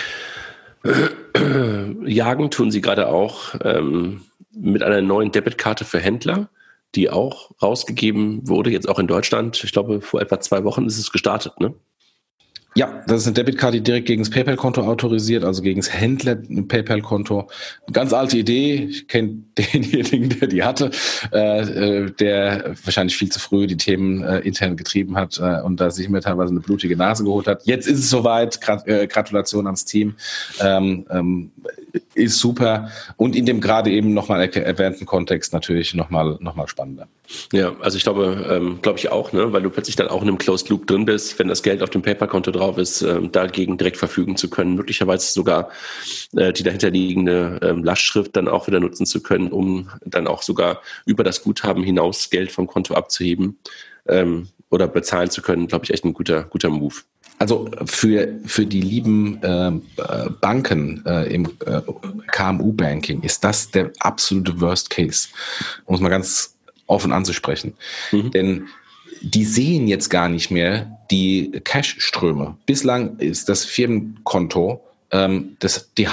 Jagen tun sie gerade auch ähm, mit einer neuen Debitkarte für Händler, die auch rausgegeben wurde, jetzt auch in Deutschland. Ich glaube, vor etwa zwei Wochen ist es gestartet, ne? Ja, das ist eine Debitkarte, die direkt gegen das PayPal-Konto autorisiert, also gegen das Händler-PayPal-Konto. Ganz alte Idee. Ich kenne denjenigen, der die hatte, äh, der wahrscheinlich viel zu früh die Themen äh, intern getrieben hat äh, und da sich mir teilweise eine blutige Nase geholt hat. Jetzt ist es soweit. Grat- äh, Gratulation ans Team. Ähm, ähm, ist super und in dem gerade eben nochmal erwähnten Kontext natürlich nochmal noch mal spannender. Ja, also ich glaube, ähm, glaube ich auch, ne, weil du plötzlich dann auch in einem Closed Loop drin bist, wenn das Geld auf dem PayPal-Konto drauf ist, ähm, dagegen direkt verfügen zu können, möglicherweise sogar äh, die dahinterliegende ähm, Lastschrift dann auch wieder nutzen zu können, um dann auch sogar über das Guthaben hinaus Geld vom Konto abzuheben. ähm, oder bezahlen zu können, glaube ich, echt ein guter, guter Move. Also für, für die lieben äh, Banken äh, im äh, K M U-Banking ist das der absolute Worst Case, um es mal ganz offen anzusprechen. Mhm. Denn die sehen jetzt gar nicht mehr die Cash-Ströme. Bislang ist das Firmenkonto ähm, das die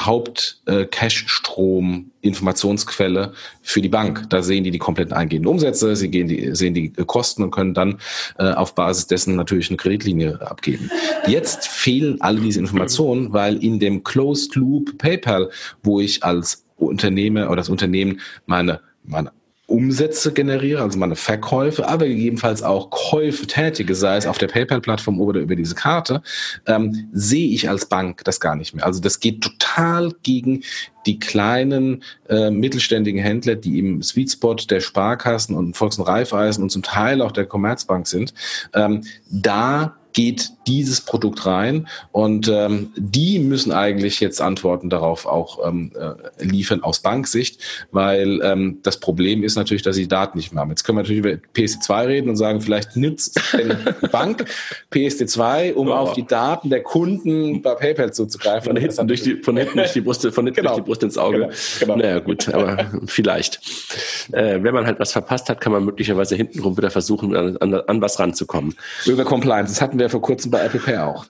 Haupt-Cash-Strom-Informationsquelle für die Bank. Da sehen die die kompletten eingehenden Umsätze, sie gehen die, sehen die Kosten und können dann äh, auf Basis dessen natürlich eine Kreditlinie abgeben. Jetzt fehlen alle diese Informationen, weil in dem Closed Loop PayPal, wo ich als Unternehmer oder das Unternehmen meine, meine Umsätze generiere, also meine Verkäufe, aber gegebenenfalls auch Käufe tätige, sei es auf der PayPal-Plattform oder über diese Karte, ähm, sehe ich als Bank das gar nicht mehr. Also das geht total gegen die kleinen äh, mittelständigen Händler, die im Sweet Spot der Sparkassen und Volks- und Raiffeisen und zum Teil auch der Commerzbank sind. Ähm, da geht dieses Produkt rein und ähm, die müssen eigentlich jetzt Antworten darauf auch ähm, äh, liefern aus Banksicht, weil ähm, das Problem ist natürlich, dass sie die Daten nicht mehr haben. Jetzt können wir natürlich über P S D zwei reden und sagen, vielleicht nützt denn die Bank P S D zwei, um oh. auf die Daten der Kunden bei PayPal zuzugreifen. Von hinten durch die, von hinten durch die Brust, von hinten genau. durch die Brust ins Auge. Genau. Genau. Naja, gut, aber vielleicht. Äh, wenn man halt was verpasst hat, kann man möglicherweise hintenrum wieder versuchen, an, an, an was ranzukommen. Über Compliance, das hatten wir vor kurzem bei Apple Pay auch.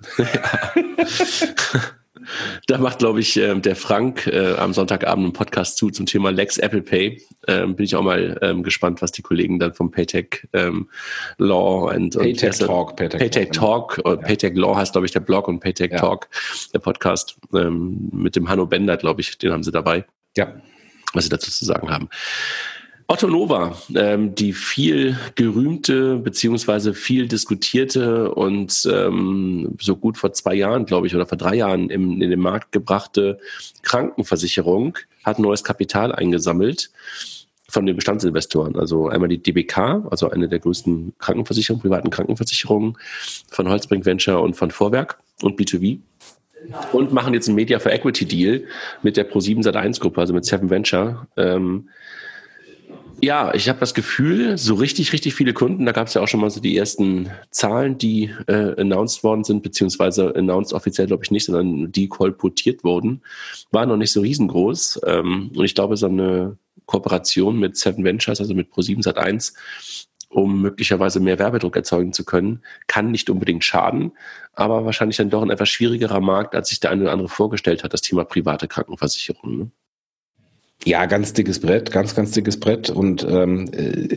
Da macht, glaube ich, der Frank äh, am Sonntagabend einen Podcast zu zum Thema Lex Apple Pay. Ähm, bin ich auch mal ähm, gespannt, was die Kollegen dann vom Paytech ähm, Law und Paytech und, Talk, Paytech, Paytech Talk, Talk ja. Paytech Law heißt, glaube ich, der Blog und Paytech ja. Talk, der Podcast ähm, mit dem Hanno Bender, glaube ich, den haben sie dabei. Ja. Was sie dazu zu sagen haben. Otto Nova, ähm, die viel gerühmte beziehungsweise viel diskutierte und ähm, so gut vor zwei Jahren, glaube ich, oder vor drei Jahren im, in den Markt gebrachte Krankenversicherung hat neues Kapital eingesammelt von den Bestandsinvestoren. Also einmal die D B K, also eine der größten Krankenversicherungen, privaten Krankenversicherungen von Holzbrink Venture und von Vorwerk und B zwei B. Und machen jetzt einen Media for Equity Deal mit der ProSieben Sat eins Gruppe, also mit Seven Venture. Ähm, Ja, ich habe das Gefühl, so richtig, richtig viele Kunden, da gab es ja auch schon mal so die ersten Zahlen, die äh, announced worden sind, beziehungsweise announced offiziell, glaube ich nicht, sondern die kolportiert wurden, waren noch nicht so riesengroß. Ähm, und ich glaube, so eine Kooperation mit Seven Ventures, also mit ProSieben Sat eins, um möglicherweise mehr Werbedruck erzeugen zu können, kann nicht unbedingt schaden, aber wahrscheinlich dann doch ein etwas schwierigerer Markt, als sich der eine oder andere vorgestellt hat, das Thema private Krankenversicherung, ne? Ja, ganz dickes Brett, ganz, ganz dickes Brett. Und ähm,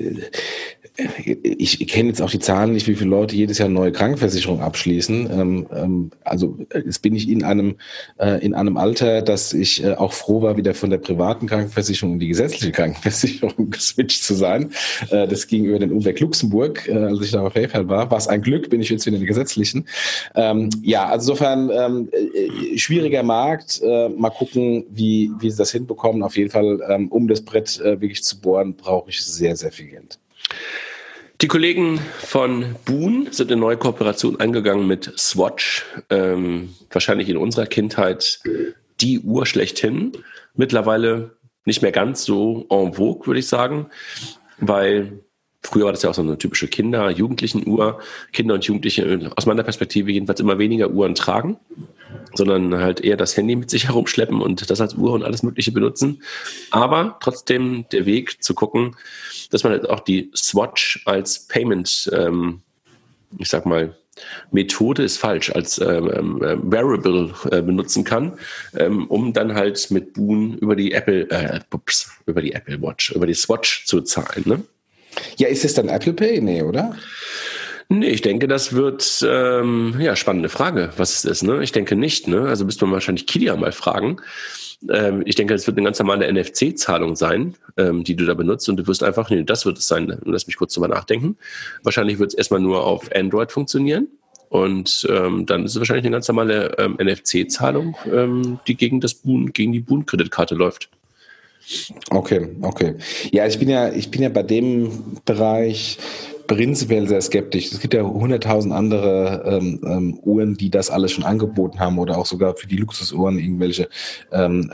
ich kenne jetzt auch die Zahlen nicht, wie viele Leute jedes Jahr eine neue Krankenversicherung abschließen. Ähm, ähm, also jetzt bin ich in einem äh, in einem Alter, dass ich äh, auch froh war, wieder von der privaten Krankenversicherung in die gesetzliche Krankenversicherung geswitcht zu sein. Äh, das ging über den Umweg Luxemburg, äh, als ich da auf PayPal war. War es ein Glück, bin ich jetzt wieder in der gesetzlichen. Ähm, ja, also insofern ähm, äh, schwieriger Markt. Äh, mal gucken, wie wie sie das hinbekommen. Auf jeden Fall Fall, um das Brett wirklich zu bohren, brauche ich sehr, sehr viel Geld. Die Kollegen von Boon sind eine neue Kooperation eingegangen mit Swatch. Ähm, wahrscheinlich in unserer Kindheit die Uhr schlechthin. Mittlerweile nicht mehr ganz so en vogue, würde ich sagen, weil früher war das ja auch so eine typische Kinder-, Jugendlichen-Uhr. Kinder und Jugendliche aus meiner Perspektive jedenfalls immer weniger Uhren tragen, sondern halt eher das Handy mit sich herumschleppen und das als Uhr und alles Mögliche benutzen. Aber trotzdem der Weg zu gucken, dass man halt auch die Swatch als Payment, ähm, ich sag mal, Methode ist falsch, als ähm, äh, Wearable äh, benutzen kann, ähm, um dann halt mit Boon über die Apple, äh, ups, über die Apple Watch, über die Swatch zu zahlen, ne? Ja, ist es dann Apple Pay? Nee, oder? Nee, ich denke, das wird, ähm, ja, spannende Frage, was es ist, ne? Ich denke nicht, ne? Also müsste man wahrscheinlich Kilia mal fragen. Ähm, ich denke, es wird eine ganz normale N F C-Zahlung sein, ähm, die du da benutzt und du wirst einfach, nee, das wird es sein, lass mich kurz drüber nachdenken. Wahrscheinlich wird es erstmal nur auf Android funktionieren und ähm, dann ist es wahrscheinlich eine ganz normale ähm, N F C-Zahlung, ähm, die gegen das Boon, gegen die Boon-Kreditkarte läuft. Okay, okay. Ja, ich bin ja, ich bin ja bei dem Bereich prinzipiell sehr skeptisch. Es gibt ja hunderttausend andere ähm, ähm, Uhren, die das alles schon angeboten haben oder auch sogar für die Luxusuhren irgendwelche ähm,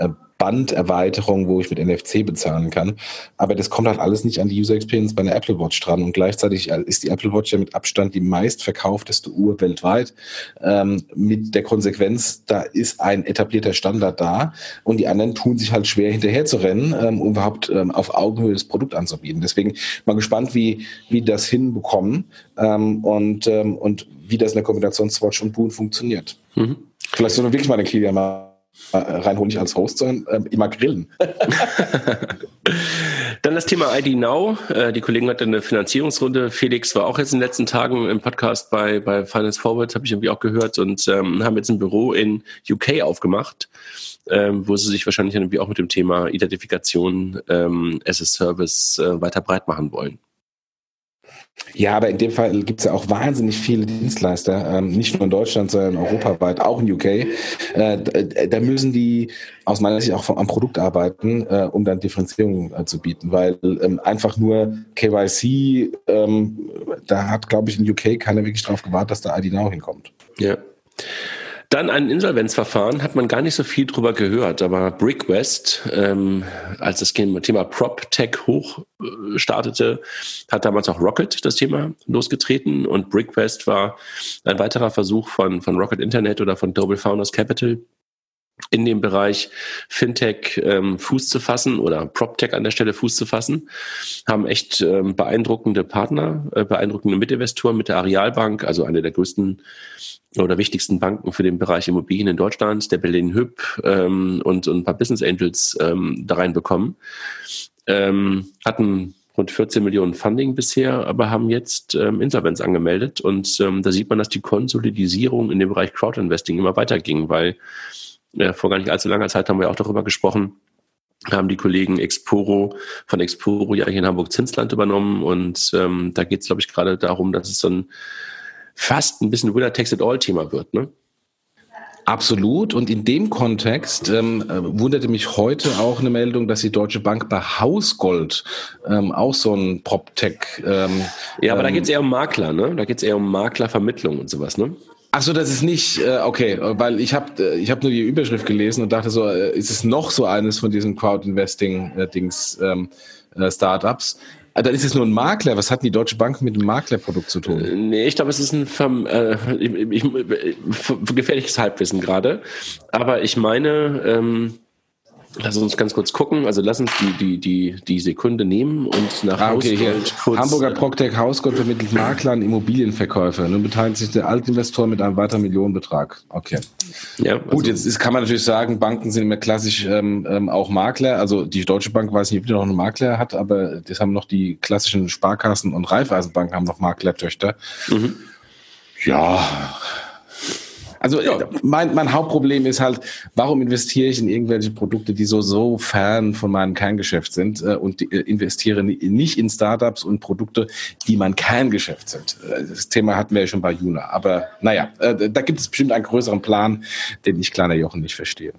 Banderweiterung, wo ich mit N F C bezahlen kann. Aber das kommt halt alles nicht an die User Experience bei einer Apple Watch dran. Und gleichzeitig ist die Apple Watch ja mit Abstand die meistverkaufteste Uhr weltweit. Ähm, mit der Konsequenz, da ist ein etablierter Standard da und die anderen tun sich halt schwer hinterher zu rennen, ähm, um überhaupt ähm, auf Augenhöhe das Produkt anzubieten. Deswegen mal gespannt, wie, wie das hinbekommen ähm, und, ähm, und wie das in der Kombination Swatch und Boon funktioniert. Mhm. Vielleicht sollen wir wirklich mal den Kilian mal reinholen, nicht als Host, sondern ähm, immer grillen. Dann das Thema I D Now. Äh, die Kollegen hatten eine Finanzierungsrunde. Felix war auch jetzt in den letzten Tagen im Podcast bei, bei Finance Forward, habe ich irgendwie auch gehört, und ähm, haben jetzt ein Büro in U K aufgemacht, ähm, wo sie sich wahrscheinlich irgendwie auch mit dem Thema Identifikation ähm, as a Service äh, weiter breit machen wollen. Ja, aber in dem Fall gibt es ja auch wahnsinnig viele Dienstleister, ähm, nicht nur in Deutschland, sondern europaweit, auch in U K. Äh, da, da müssen die aus meiner Sicht auch vom, am Produkt arbeiten, äh, um dann Differenzierung äh, zu bieten, weil ähm, einfach nur K Y C, ähm, da hat, glaube ich, in U K keiner wirklich drauf gewartet, dass da I D Now hinkommt. Ja. Dann ein Insolvenzverfahren, hat man gar nicht so viel drüber gehört, aber Brickwest, ähm, als das Thema PropTech hoch äh, startete, hat damals auch Rocket das Thema losgetreten, und Brickwest war ein weiterer Versuch von, von Rocket Internet oder von Global Founders Capital, in dem Bereich Fintech ähm, Fuß zu fassen oder PropTech an der Stelle Fuß zu fassen, haben echt ähm, beeindruckende Partner, äh, beeindruckende Mitinvestoren mit der Arealbank, also eine der größten oder wichtigsten Banken für den Bereich Immobilien in Deutschland, der Berlin Hüb ähm, und, und ein paar Business Angels ähm, da reinbekommen. Ähm, hatten rund vierzehn Millionen Funding bisher, aber haben jetzt ähm, Insolvenz angemeldet, und ähm, da sieht man, dass die Konsolidisierung in dem Bereich Crowdinvesting immer weiterging, weil äh, vor gar nicht allzu langer Zeit haben wir auch darüber gesprochen, haben die Kollegen Exporo von Exporo ja hier in Hamburg Zinsland übernommen, und ähm, da geht es, glaube ich, gerade darum, dass es so ein fast ein bisschen Winner-Takes-it-all-Thema wird, ne? Absolut. Und in dem Kontext ähm, wunderte mich heute auch eine Meldung, dass die Deutsche Bank bei Hausgold ähm, auch so ein PropTech... Ähm, ja, aber ähm, da geht es eher um Makler, ne? Da geht es eher um Maklervermittlung und sowas, ne? Ach so, das ist nicht, äh, okay, weil ich habe ich hab nur die Überschrift gelesen und dachte so, äh, ist es noch so eines von diesen Crowd-Investing-Dings, ähm, äh, Startups? Dann ist es nur ein Makler. Was hat die Deutsche Bank mit dem Maklerprodukt zu tun? Nee, ich glaube, es ist ein Verm- äh, ich, ich, gefährliches Halbwissen gerade. Aber ich meine, ähm, lass uns ganz kurz gucken. Also lass uns die, die, die, die Sekunde nehmen und nach ah, okay, Hausgold kurz... Hamburger PropTech Hausgold vermittelt Makler an Immobilienverkäufer. Nun beteiligt sich der Altinvestor mit einem weiteren Millionenbetrag. Okay. Ja, also gut, jetzt ist, kann man natürlich sagen, Banken sind immer klassisch ähm, ähm, auch Makler. Also die Deutsche Bank, weiß nicht, ob die noch einen Makler hat, aber das haben noch die klassischen Sparkassen und Raiffeisenbanken haben noch Maklertöchter. Mhm. Ja... Also ja. mein, mein Hauptproblem ist halt, warum investiere ich in irgendwelche Produkte, die so so fern von meinem Kerngeschäft sind äh, und die, äh, investiere nicht in Startups und Produkte, die mein Kerngeschäft sind. Das Thema hatten wir ja schon bei Juna. Aber naja, äh, da gibt es bestimmt einen größeren Plan, den ich, kleiner Jochen, nicht verstehe.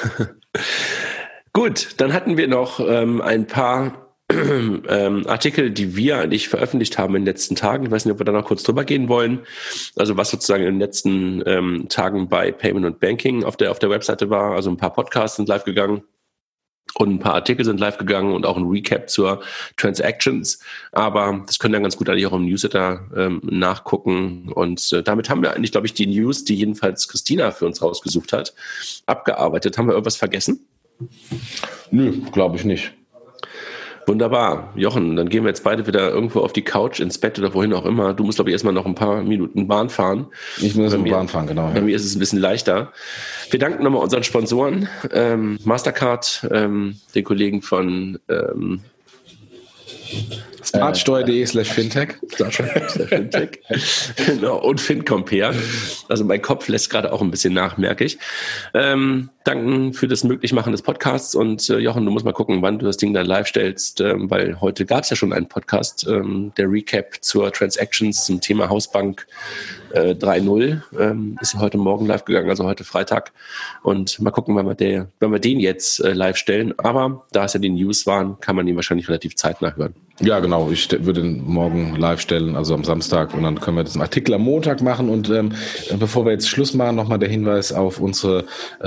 Gut, dann hatten wir noch ähm, ein paar Ähm, Artikel, die wir eigentlich veröffentlicht haben in den letzten Tagen. Ich weiß nicht, ob wir da noch kurz drüber gehen wollen. Also was sozusagen in den letzten ähm, Tagen bei Payment und Banking auf der auf der Webseite war. Also ein paar Podcasts sind live gegangen und ein paar Artikel sind live gegangen und auch ein Recap zur Transactions. Aber das können wir ganz gut eigentlich auch im Newsletter ähm, nachgucken. Und äh, damit haben wir eigentlich, glaube ich, die News, die jedenfalls Christina für uns rausgesucht hat, abgearbeitet. Haben wir irgendwas vergessen? Nö, glaube ich nicht. Wunderbar. Jochen, dann gehen wir jetzt beide wieder irgendwo auf die Couch, ins Bett oder wohin auch immer. Du musst, glaube ich, erstmal noch ein paar Minuten Bahn fahren. Ich muss noch Bahn fahren, genau. Bei ja. mir ist es ein bisschen leichter. Wir danken nochmal unseren Sponsoren, ähm, Mastercard, ähm, den Kollegen von ähm, Smartsteuer.de slash Fintech. Fintech. Genau, und FinCompare. Also mein Kopf lässt gerade auch ein bisschen nach, merke ich. Ähm, danken für das Möglichmachen des Podcasts, und äh, Jochen, du musst mal gucken, wann du das Ding dann live stellst, ähm, weil heute gab es ja schon einen Podcast, ähm, der Recap zur Transactions zum Thema Hausbank äh, drei null ähm, ist ja heute Morgen live gegangen, also heute Freitag, und mal gucken, wann wir, der, wann wir den jetzt äh, live stellen, aber da es ja die News waren, kann man ihn wahrscheinlich relativ zeitnah hören. Ja, genau. Ich würde ihn morgen live stellen, also am Samstag, und dann können wir diesen Artikel am Montag machen. Und ähm, bevor wir jetzt Schluss machen, nochmal der Hinweis auf unsere äh,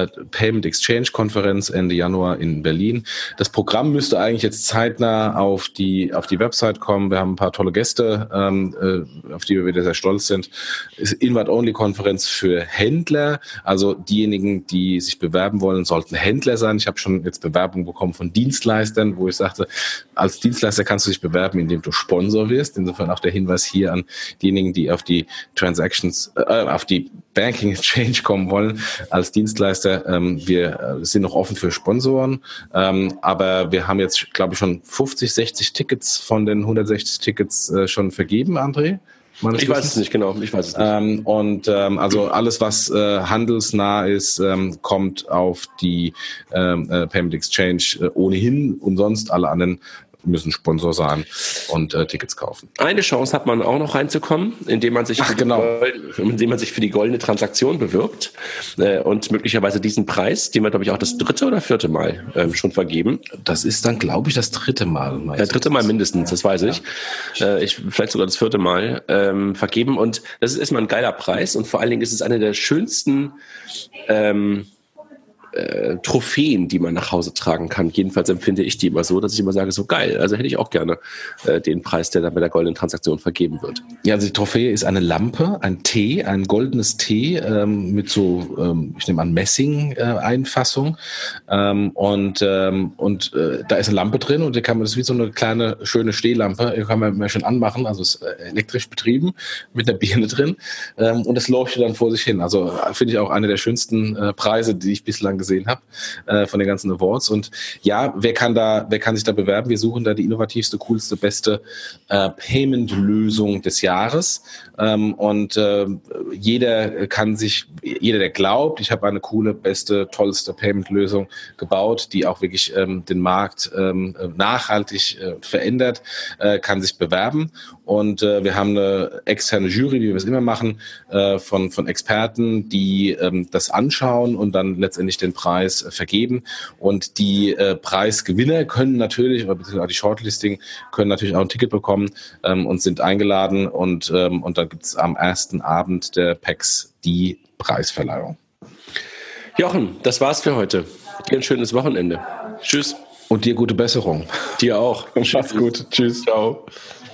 äh, Payment Exchange Konferenz Ende Januar in Berlin. Das Programm müsste eigentlich jetzt zeitnah auf die auf die Website kommen. Wir haben ein paar tolle Gäste, ähm, äh, auf die wir wieder sehr stolz sind. Es ist Invite-Only-Konferenz für Händler, also diejenigen, die sich bewerben wollen, sollten Händler sein. Ich habe schon jetzt Bewerbungen bekommen von Dienstleistern, wo ich sagte, als Dienstleister kannst du dich bewerben, indem du Sponsor wirst. Insofern auch der Hinweis hier an diejenigen, die auf die Transactions, äh, auf die Banking Exchange kommen wollen als Dienstleister. Ähm, wir äh, sind noch offen für Sponsoren, ähm, aber wir haben jetzt, glaube ich, schon fünfzig, sechzig Tickets von den hundertsechzig Tickets äh, schon vergeben, André. Ich weiß es nicht, genau. Ich weiß es nicht. Ähm, und ähm, also alles, was äh, handelsnah ist, ähm, kommt auf die ähm, äh, Payment Exchange äh, ohnehin und sonst alle anderen müssen Sponsor sein und äh, Tickets kaufen. Eine Chance hat man auch noch reinzukommen, indem man sich, Ach, für, genau. die, indem man sich für die goldene Transaktion bewirbt äh, und möglicherweise diesen Preis, den wir, glaube ich, auch das dritte oder vierte Mal ähm, schon vergeben. Das ist dann, glaube ich, das dritte Mal. Ja, dritte Mal mindestens, das weiß ich. Ja. Äh, ich vielleicht sogar das vierte Mal ähm, vergeben. Und das ist erstmal ein geiler Preis und vor allen Dingen ist es eine der schönsten ähm, Äh, Trophäen, die man nach Hause tragen kann. Jedenfalls empfinde ich die immer so, dass ich immer sage, so geil, also hätte ich auch gerne äh, den Preis, der dann bei der goldenen Transaktion vergeben wird. Ja, also die Trophäe ist eine Lampe, ein T, ein goldenes T ähm, mit so, ähm, ich nehme an, Messing-Einfassung äh, ähm, und ähm, und äh, da ist eine Lampe drin und die kann man, das ist wie so eine kleine, schöne Stehlampe, die kann man immer schön anmachen, also ist äh, elektrisch betrieben, mit einer Birne drin ähm, und das leuchtet dann vor sich hin. Also finde ich auch eine der schönsten äh, Preise, die ich bislang gesehen habe, äh, von den ganzen Awards. Und ja, wer kann da, wer kann sich da bewerben? Wir suchen da die innovativste, coolste, beste äh, Payment-Lösung des Jahres. Ähm, und äh, jeder kann sich, jeder, der glaubt, ich habe eine coole, beste, tollste Payment-Lösung gebaut, die auch wirklich ähm, den Markt ähm, nachhaltig äh, verändert, äh, kann sich bewerben. Und äh, wir haben eine externe Jury, wie wir es immer machen, äh, von von Experten, die ähm, das anschauen und dann letztendlich den Preis äh, vergeben. Und die äh, Preisgewinner können natürlich, oder beziehungsweise auch die Shortlisting, können natürlich auch ein Ticket bekommen ähm, und sind eingeladen. Und ähm, und dann gibt es am ersten Abend der P E X die Preisverleihung. Jochen, das war's für heute. Dir ein schönes Wochenende. Tschüss. Und dir gute Besserung. Dir auch. Mach's gut. Tschüss. Ciao.